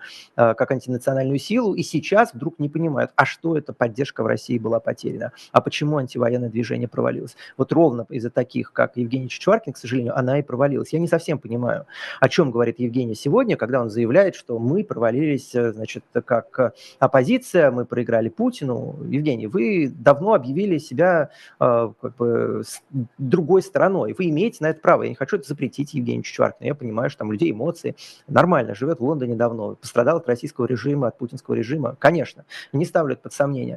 Speaker 3: силу, и сейчас вдруг не понимают, а что эта поддержка в России была потеряна, а почему антивоенное движение провалилось. Вот ровно из-за таких, как Евгений Чичваркин, к сожалению, она и провалилась. Я не совсем понимаю, о чем говорит Евгений сегодня, когда он заявляет, что мы провалились, значит, как оппозиция, мы проиграли Путину. Евгений, вы давно объявили себя как бы другой стороной. Вы имеете на это право. Я не хочу это запретить Евгению Чичваркину. Я понимаю, что там у людей эмоции. Нормально, живет в Лондоне давно, пострадал от российского режима, от путинского режима. Конечно, не ставлю это под сомнение.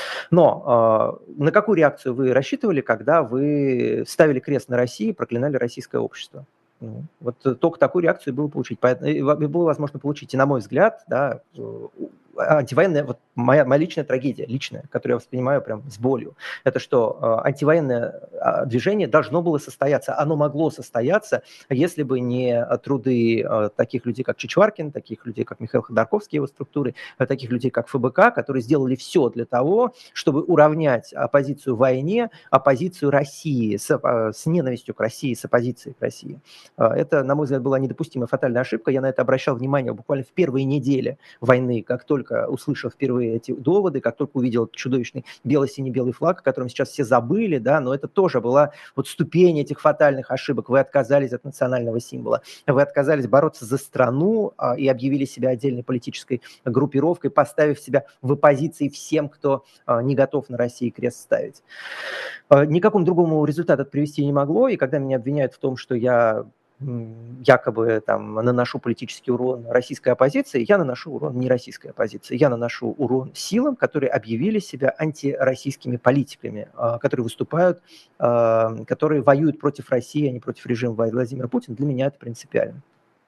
Speaker 3: Но на какую реакцию вы рассчитывали, когда вы ставили крест на России и проклинали российское общество? Вот только такую реакцию было возможно получить. И, на мой взгляд, да, антивоенная, вот моя личная трагедия, личная, которую я воспринимаю прям с болью, это что антивоенное движение должно было состояться, оно могло состояться, если бы не труды таких людей, как Чичваркин, таких людей, как Михаил Ходорковский, его структуры, таких людей, как ФБК, которые сделали все для того, чтобы уравнять оппозицию в войне, оппозицию России с ненавистью к России, с оппозицией к России. Это, на мой взгляд, была недопустимая фатальная ошибка. Я на это обращал внимание буквально в первые недели войны, как только услышал впервые эти доводы, как только увидел чудовищный бело-сине-белый флаг, о котором сейчас все забыли, да, но это тоже была вот ступень этих фатальных ошибок. Вы отказались от национального символа, вы отказались бороться за страну и объявили себя отдельной политической группировкой, поставив себя в оппозиции всем, кто не готов на России крест ставить. Никакому другому результату это привести не могло, и когда меня обвиняют в том, что я якобы там наношу политический урон российской оппозиции, я наношу урон не российской оппозиции, я наношу урон силам, которые объявили себя антироссийскими политиками, которые выступают, которые воюют против России, а не против режима Владимира Путина. Для меня это принципиально.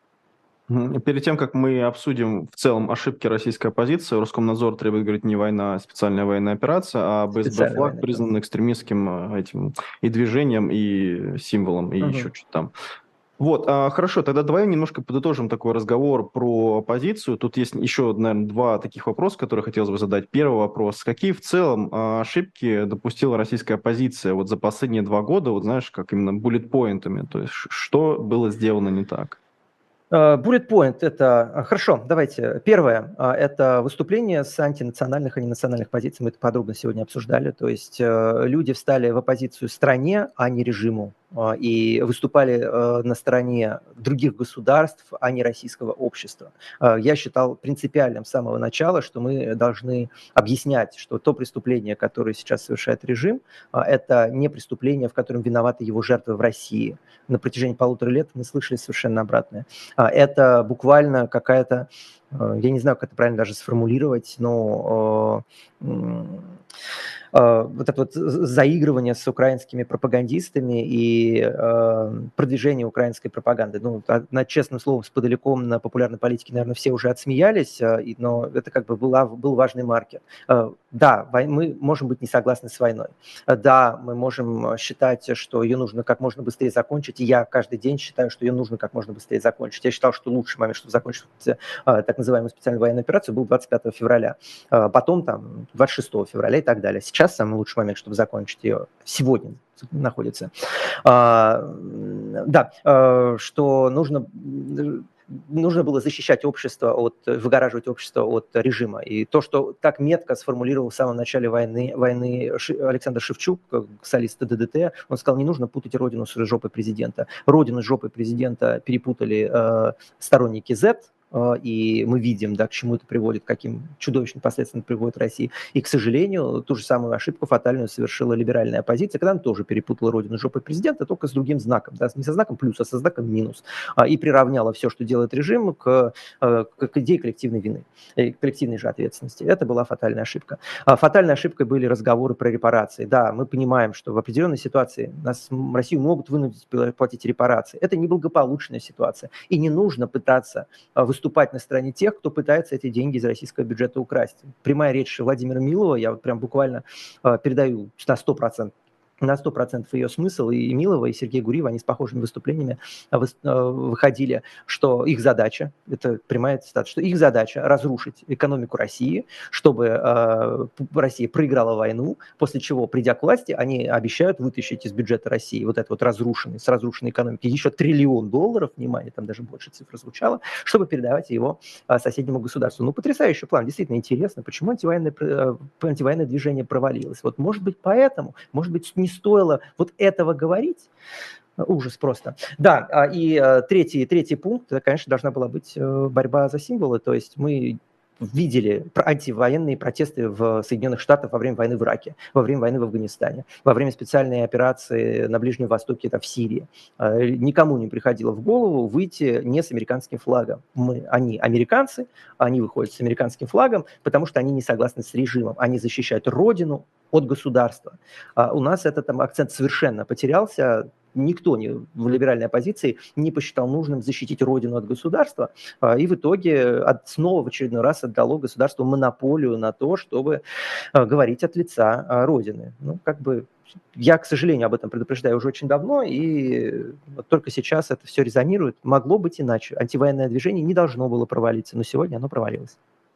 Speaker 2: Перед тем, как мы обсудим в целом ошибки российской оппозиции, Роскомнадзор требует, говорить, не война, а специальная военная операция, а БСБ флаг признан экстремистским этим и движением, и символом, и еще что-то там. Вот, хорошо, тогда давай немножко подытожим такой разговор про оппозицию. Тут есть еще, наверное, 2 таких вопроса, которые хотелось бы задать. Первый вопрос. Какие в целом ошибки допустила российская оппозиция вот за последние 2 года, вот знаешь, как именно буллет-поинтами, то есть что было сделано не так?
Speaker 3: Bullet point – это… Хорошо, давайте. Первое – это выступление с антинациональных и ненациональных позиций. Мы это подробно сегодня обсуждали. То есть люди встали в оппозицию стране, а не режиму. И выступали на стороне других государств, а не российского общества. Я считал принципиальным с самого начала, что мы должны объяснять, что то преступление, которое сейчас совершает режим, это не преступление, в котором виноваты его жертвы в России. На протяжении 1,5 лет мы слышали совершенно обратное. Это буквально какая-то, я не знаю, как это правильно даже сформулировать, но вот это вот заигрывание с украинскими пропагандистами и продвижение украинской пропаганды. Ну, над честным словом, с подаляком на популярной политике, наверное, все уже отсмеялись, но это как бы был важный маркер. Да, мы можем быть не согласны с войной. Да, мы можем считать, что ее нужно как можно быстрее закончить, и я каждый день считаю, что ее нужно как можно быстрее закончить. Я считал, что лучший момент, чтобы закончить так называемую специальную военную операцию, был 25 февраля. Потом там 26 февраля и так далее. Сейчас самый лучший момент, чтобы закончить ее, сегодня находится. Да, что нужно было защищать общество, выгораживать общество от режима. И то, что так метко сформулировал в самом начале войны Александр Шевчук, солист ДДТ, он сказал, не нужно путать родину с жопой президента. Родину с жопой президента перепутали сторонники Z, и мы видим, да, к чему это приводит, каким чудовищным последствиям приводит России. И, к сожалению, ту же самую ошибку фатальную совершила либеральная оппозиция, когда она тоже перепутала родину с жопой президента, только с другим знаком, да, не со знаком плюс, а со знаком минус, и приравняла все, что делает режим, к идее коллективной вины, коллективной же ответственности. Это была фатальная ошибка. Фатальной ошибкой были разговоры про репарации. Да, мы понимаем, что в определенной ситуации Россию могут вынудить платить репарации. Это неблагополучная ситуация, и не нужно пытаться выступать на стороне тех, кто пытается эти деньги из российского бюджета украсть. Прямая речь Владимира Милова, я вот прям буквально передаю на 100% ее смысл, и Милова, и Сергей Гуриев, они с похожими выступлениями выходили, что их задача, это прямая цитата, что их задача разрушить экономику России, чтобы Россия проиграла войну, после чего, придя к власти, они обещают вытащить из бюджета России вот это вот с разрушенной экономики еще $1 триллион, внимание, там даже больше цифра звучала, чтобы передавать его соседнему государству. Ну, потрясающий план, действительно интересно, почему антивоенное движение провалилось. Вот, может быть, поэтому, может быть, не стоило вот этого говорить. Ужас просто. Да, и третий пункт, это, конечно, должна была быть борьба за символы, то есть мы видели антивоенные протесты в Соединенных Штатах во время войны в Ираке, во время войны в Афганистане, во время специальной операции на Ближнем Востоке, это в Сирии. Никому не приходило в голову выйти не с американским флагом. Они американцы, они выходят с американским флагом, потому что они не согласны с режимом, они защищают родину от государства. У нас этот акцент совершенно потерялся. Никто в либеральной оппозиции не посчитал нужным защитить родину от государства, и в итоге снова в очередной раз отдало государству монополию на то, чтобы говорить от лица родины. Ну, как бы я, к сожалению, об этом предупреждаю уже очень давно, и вот только сейчас это все резонирует. Могло быть иначе. Антивоенное движение не должно было провалиться, но сегодня оно провалилось.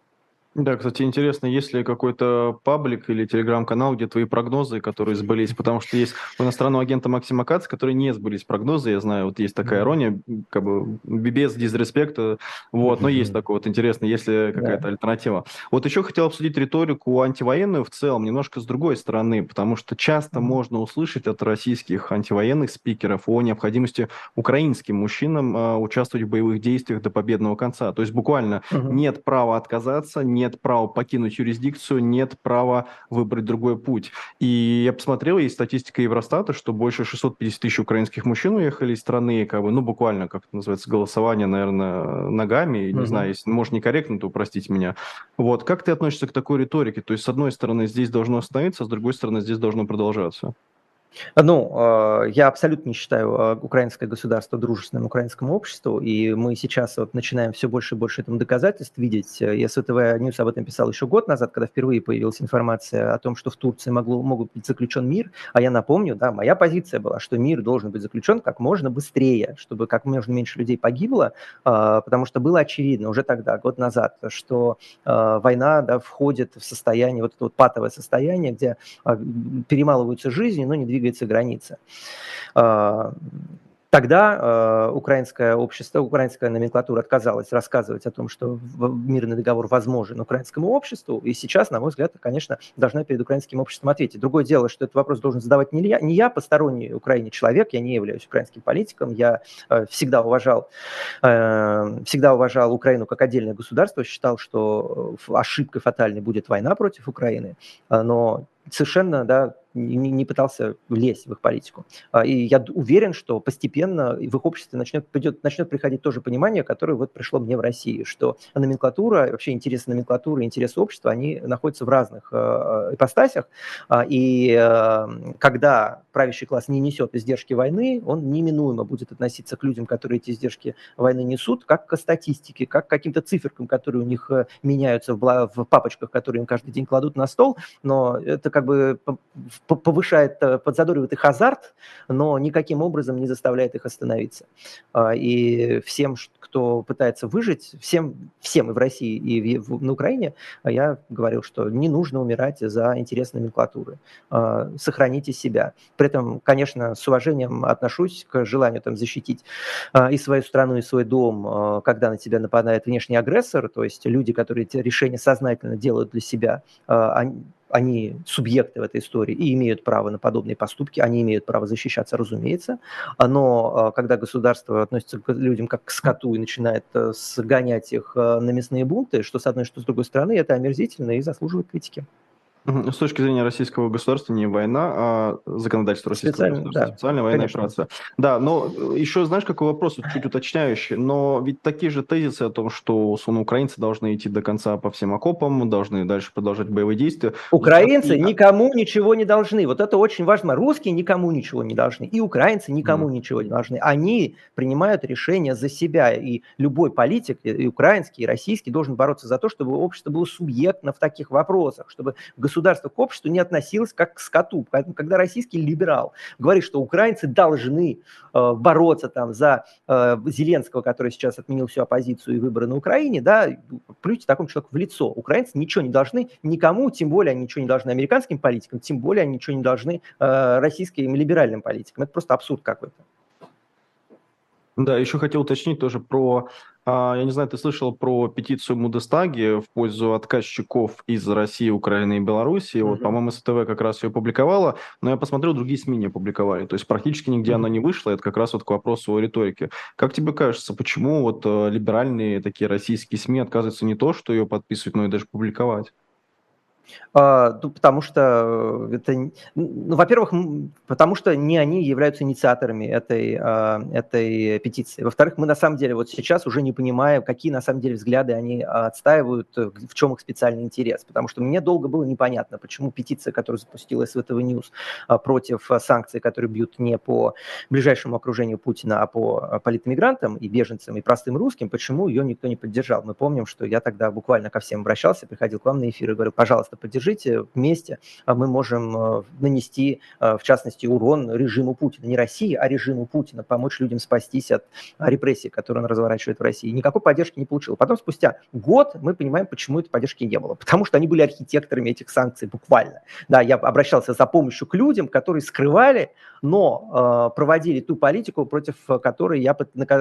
Speaker 2: Да, кстати, интересно, есть ли какой-то паблик или телеграм-канал, где твои прогнозы, которые сбылись, потому что есть у иностранного агента Максима Кац, которые не сбылись прогнозы, я знаю, вот есть такая ирония, как бы без дизреспекта, вот, но есть такое вот интересно, есть ли какая-то альтернатива. Вот еще хотел обсудить риторику антивоенную в целом, немножко с другой стороны, потому что часто можно услышать от российских антивоенных спикеров о необходимости украинским мужчинам участвовать в боевых действиях до победного конца, то есть буквально нет права отказаться, нет права покинуть юрисдикцию, нет права выбрать другой путь. И я посмотрел, есть статистика Евростата, что больше 650 тысяч украинских мужчин уехали из страны, как бы, ну, буквально, как это называется, голосование, наверное, ногами, не знаю, если, может, некорректно, то простите меня. Вот, как ты относишься к такой риторике? То есть, с одной стороны, здесь должно остановиться, а с другой стороны, здесь должно продолжаться.
Speaker 3: Ну, я абсолютно не считаю украинское государство дружественным украинскому обществу, и мы сейчас вот начинаем все больше и больше этому доказательств видеть. Я СВТВ Ньюс об этом писал еще год назад, когда впервые появилась информация о том, что в Турции могут быть заключен мир, а я напомню, да, моя позиция была, что мир должен быть заключен как можно быстрее, чтобы как можно меньше людей погибло, потому что было очевидно уже тогда, год назад, что война, да, входит в состояние, вот это вот патовое состояние, где перемалываются жизни, но не двигаются граница. Тогда украинское общество, украинская номенклатура отказалась рассказывать о том, что мирный договор возможен украинскому обществу, и сейчас, на мой взгляд, конечно, должна перед украинским обществом ответить. Другое дело, что этот вопрос должен задавать не я, посторонний Украине человек, я не являюсь украинским политиком, я всегда уважал Украину как отдельное государство, считал, что ошибкой фатальной будет война против Украины, но совершенно, да, не пытался лезть в их политику. И я уверен, что постепенно в их обществе начнет приходить тоже понимание, которое вот пришло мне в России, что номенклатура, вообще интересы номенклатуры, интересы общества, они находятся в разных ипостасях, и когда правящий класс не несет издержки войны, он неминуемо будет относиться к людям, которые эти издержки войны несут, как к статистике, как к каким-то циферкам, которые у них меняются в папочках, которые им каждый день кладут на стол, но это как бы повышает, подзадоривает их азарт, но никаким образом не заставляет их остановиться. И всем, кто пытается выжить, всем и в России, и на Украине, я говорил, что не нужно умирать за интерес номенклатуры. Сохраните себя. При этом, конечно, с уважением отношусь к желанию там защитить и свою страну, и свой дом, когда на тебя нападает внешний агрессор, то есть люди, которые эти решения сознательно делают для себя, они субъекты в этой истории и имеют право на подобные поступки, они имеют право защищаться, разумеется, но когда государство относится к людям как к скоту и начинает сгонять их на мясные бунты, что с одной, что с другой стороны, это омерзительно и заслуживает критики.
Speaker 2: С точки зрения российского государства не война, а законодательство российского государства,
Speaker 3: да,
Speaker 2: специальная военная
Speaker 3: конечно.
Speaker 2: операция. Да, но еще знаешь, какой вопрос, чуть уточняющий, но ведь такие же тезисы о том, что условно украинцы должны идти до конца по всем окопам, должны дальше продолжать боевые действия.
Speaker 3: Украинцы никому ничего не должны. Вот это очень важно. Русские никому ничего не должны. И украинцы никому ничего не должны. Они принимают решения за себя. И любой политик, и украинский, и российский, должен бороться за то, чтобы общество было субъектно в таких вопросах, чтобы государство к обществу не относилось как к скоту. Поэтому, когда российский либерал говорит, что украинцы должны бороться там за Зеленского, который сейчас отменил всю оппозицию и выборы на Украине, да, плюйте такому человеку в лицо. Украинцы ничего не должны никому, тем более они ничего не должны американским политикам, тем более они ничего не должны российским либеральным политикам. Это просто абсурд какой-то.
Speaker 2: Да, еще хотел уточнить тоже про, я не знаю, ты слышал про петицию в Бундестаге в пользу отказчиков из России, Украины и Беларуси. Вот, по-моему, СТВ как раз ее опубликовала, но я посмотрел, другие СМИ не опубликовали. То есть практически нигде она не вышла. Это как раз вот к вопросу о риторике. Как тебе кажется, почему вот либеральные такие российские СМИ отказываются не то, что ее подписывать, но и даже публиковать?
Speaker 3: Потому что это, во-первых, потому что не они являются инициаторами этой петиции. Во-вторых, мы на самом деле вот сейчас уже не понимаем, какие на самом деле взгляды они отстаивают, в чем их специальный интерес. Потому что мне долго было непонятно, почему петиция, которую запустила СВТВ Ньюс против санкций, которые бьют не по ближайшему окружению Путина, а по политэмигрантам и беженцам, и простым русским, почему ее никто не поддержал. Мы помним, что я тогда буквально ко всем обращался, приходил к вам на эфир и говорил, пожалуйста, поддержите вместе, мы можем нанести, в частности, урон режиму Путина. Не России, а режиму Путина, помочь людям спастись от репрессий, которые он разворачивает в России. Никакой поддержки не получил. Потом, спустя год, мы понимаем, почему этой поддержки не было. Потому что они были архитекторами этих санкций буквально. Да, я обращался за помощью к людям, которые скрывали, но проводили ту политику, против которой я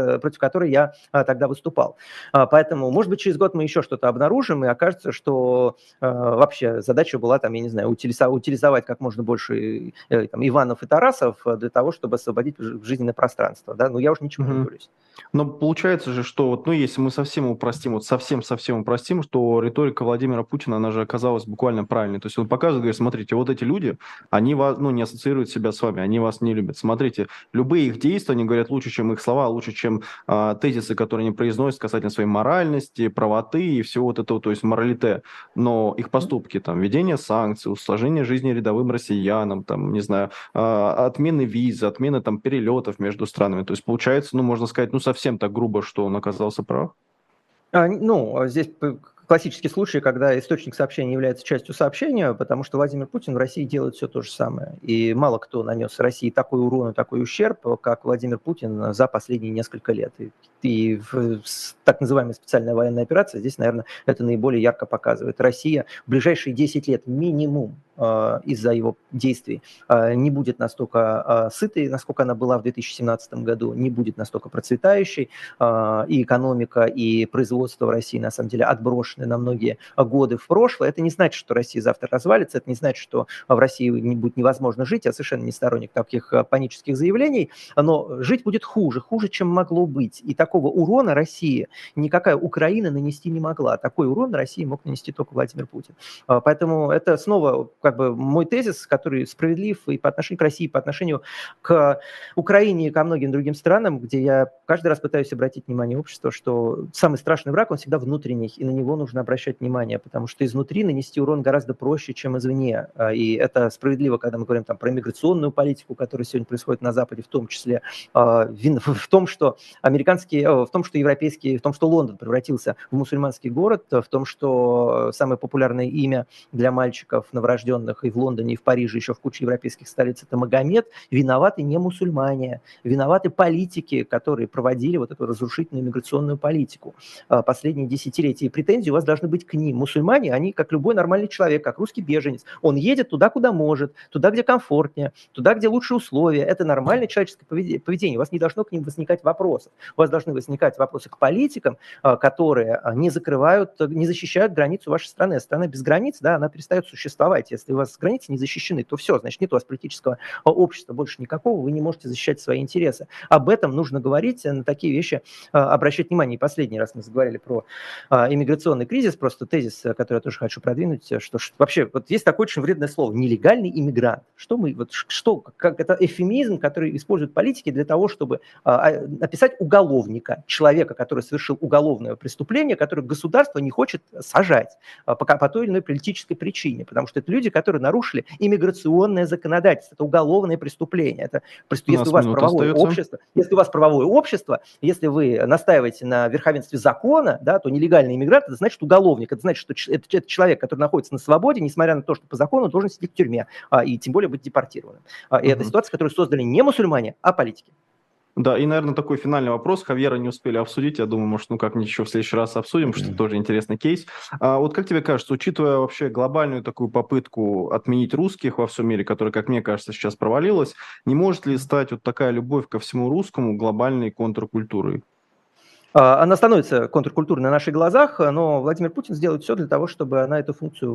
Speaker 3: тогда выступал. Поэтому, может быть, через год мы еще что-то обнаружим, и окажется, что вообще задача была, там, я не знаю, утилизовать как можно больше там, Иванов и Тарасов для того, чтобы освободить жизненное пространство. Да? Но я уже ничего не говорю.
Speaker 2: Но получается же, что вот, если мы совсем упростим, вот совсем упростим, что риторика Владимира Путина, она же оказалась буквально правильной. То есть он показывает, говорит, смотрите, вот эти люди, они вас, не ассоциируют себя с вами, они вас не любят. Смотрите, любые их действия, они говорят лучше, чем их слова, лучше, чем тезисы, которые они произносят касательно своей моральности, правоты и всего вот этого, то есть моралите. Но их поступки, там, введение санкций, усложнение жизни рядовым россиянам, там, не знаю, отмены виз, отмены там перелетов между странами. То есть получается, можно сказать, совсем так грубо, что он оказался прав?
Speaker 3: Здесь классический случай, когда источник сообщения является частью сообщения, потому что Владимир Путин в России делает все то же самое. И мало кто нанес России такой урон и такой ущерб, как Владимир Путин за последние несколько лет. И так называемая специальная военная операция здесь, наверное, это наиболее ярко показывает. Россия в ближайшие 10 лет минимум из-за его действий не будет настолько сытой, насколько она была в 2017 году, не будет настолько процветающей, и экономика, и производство в России, на самом деле, отброшены отброшены на многие годы в прошлое. Это не значит, что Россия завтра развалится, это не значит, что в России не будет невозможно жить. Я совершенно не сторонник таких панических заявлений, но жить будет хуже, чем могло быть. И такого урона России никакая Украина нанести не могла. Такой урон России мог нанести только Владимир Путин. Поэтому это снова как бы мой тезис, который справедлив и по отношению к России, и по отношению к Украине и ко многим другим странам, где я каждый раз пытаюсь обратить внимание общества, что самый страшный враг, он всегда внутренний, и на него нужно обращать внимание, потому что изнутри нанести урон гораздо проще, чем извне. И это справедливо, когда мы говорим там про миграционную политику, которая сегодня происходит на Западе, в том числе в том, что Лондон превратился в мусульманский город, в том, что самое популярное имя для мальчиков новорожденных и в Лондоне, и в Париже, еще в куче европейских столиц, это Магомед. Виноваты не мусульмане, виноваты политики, которые проводили вот эту разрушительную миграционную политику последние десятилетия. И претензии у вас должны быть к ним. Мусульмане, они как любой нормальный человек, как русский беженец. Он едет туда, куда может, туда, где комфортнее, туда, где лучшие условия. Это нормальное человеческое поведение. У вас не должно к ним возникать вопросов. У вас должны возникать вопросы к политикам, которые не защищают границу вашей страны. Страна без границ, да, она перестает существовать. Если у вас границы не защищены, то все, значит, нет у вас политического общества больше никакого, вы не можете защищать свои интересы. Об этом нужно говорить, на такие вещи обращать внимание. И последний раз мы заговорили про иммиграционный кризис, просто тезис, который я тоже хочу продвинуть, что вообще вот есть такое очень вредное слово – нелегальный иммигрант. Как это эвфемизм, который используют политики для того, чтобы написать уголовника, человека, который совершил уголовное преступление, которое государство не хочет сажать по той или иной политической причине, потому что это люди, которые нарушили иммиграционное законодательство, это уголовное преступление. Если у вас правовое общество, если вы настаиваете на верховенстве закона, да, то нелегальный иммигрант – это значит уголовник, это значит, что это человек, который находится на свободе, несмотря на то, что по закону должен сидеть в тюрьме и тем более быть депортированным. И это ситуация, которую создали не мусульмане, а политики.
Speaker 2: Да, и, наверное, такой финальный вопрос. Хавьера не успели обсудить. Я думаю, может, как-нибудь еще в следующий раз обсудим, потому что тоже интересный кейс. Вот как тебе кажется, учитывая вообще глобальную такую попытку отменить русских во всем мире, которая, как мне кажется, сейчас провалилась, не может ли стать вот такая любовь ко всему русскому глобальной контркультурой?
Speaker 3: Она становится контркультурой на наших глазах, но Владимир Путин сделает все для того, чтобы она эту функцию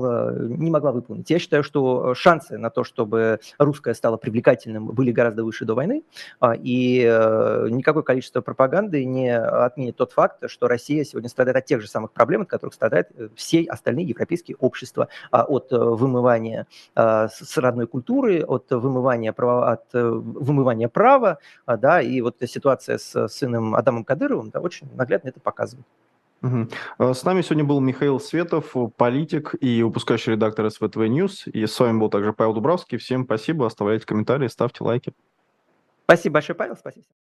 Speaker 3: не могла выполнить. Я считаю, что шансы на то, чтобы русское стало привлекательным, были гораздо выше до войны, и никакое количество пропаганды не отменит тот факт, что Россия сегодня страдает от тех же самых проблем, от которых страдают все остальные европейские общества, от вымывания с родной культуры, от вымывания права, да, и вот ситуация с сыном Адамом Кадыровым, да, очень наглядно это показывает.
Speaker 2: С нами сегодня был Михаил Светов, политик и выпускающий редактор СВТВ News. И с вами был также Павел Дубравский. Всем спасибо, оставляйте комментарии, ставьте лайки.
Speaker 3: Спасибо большое, Павел, спасибо.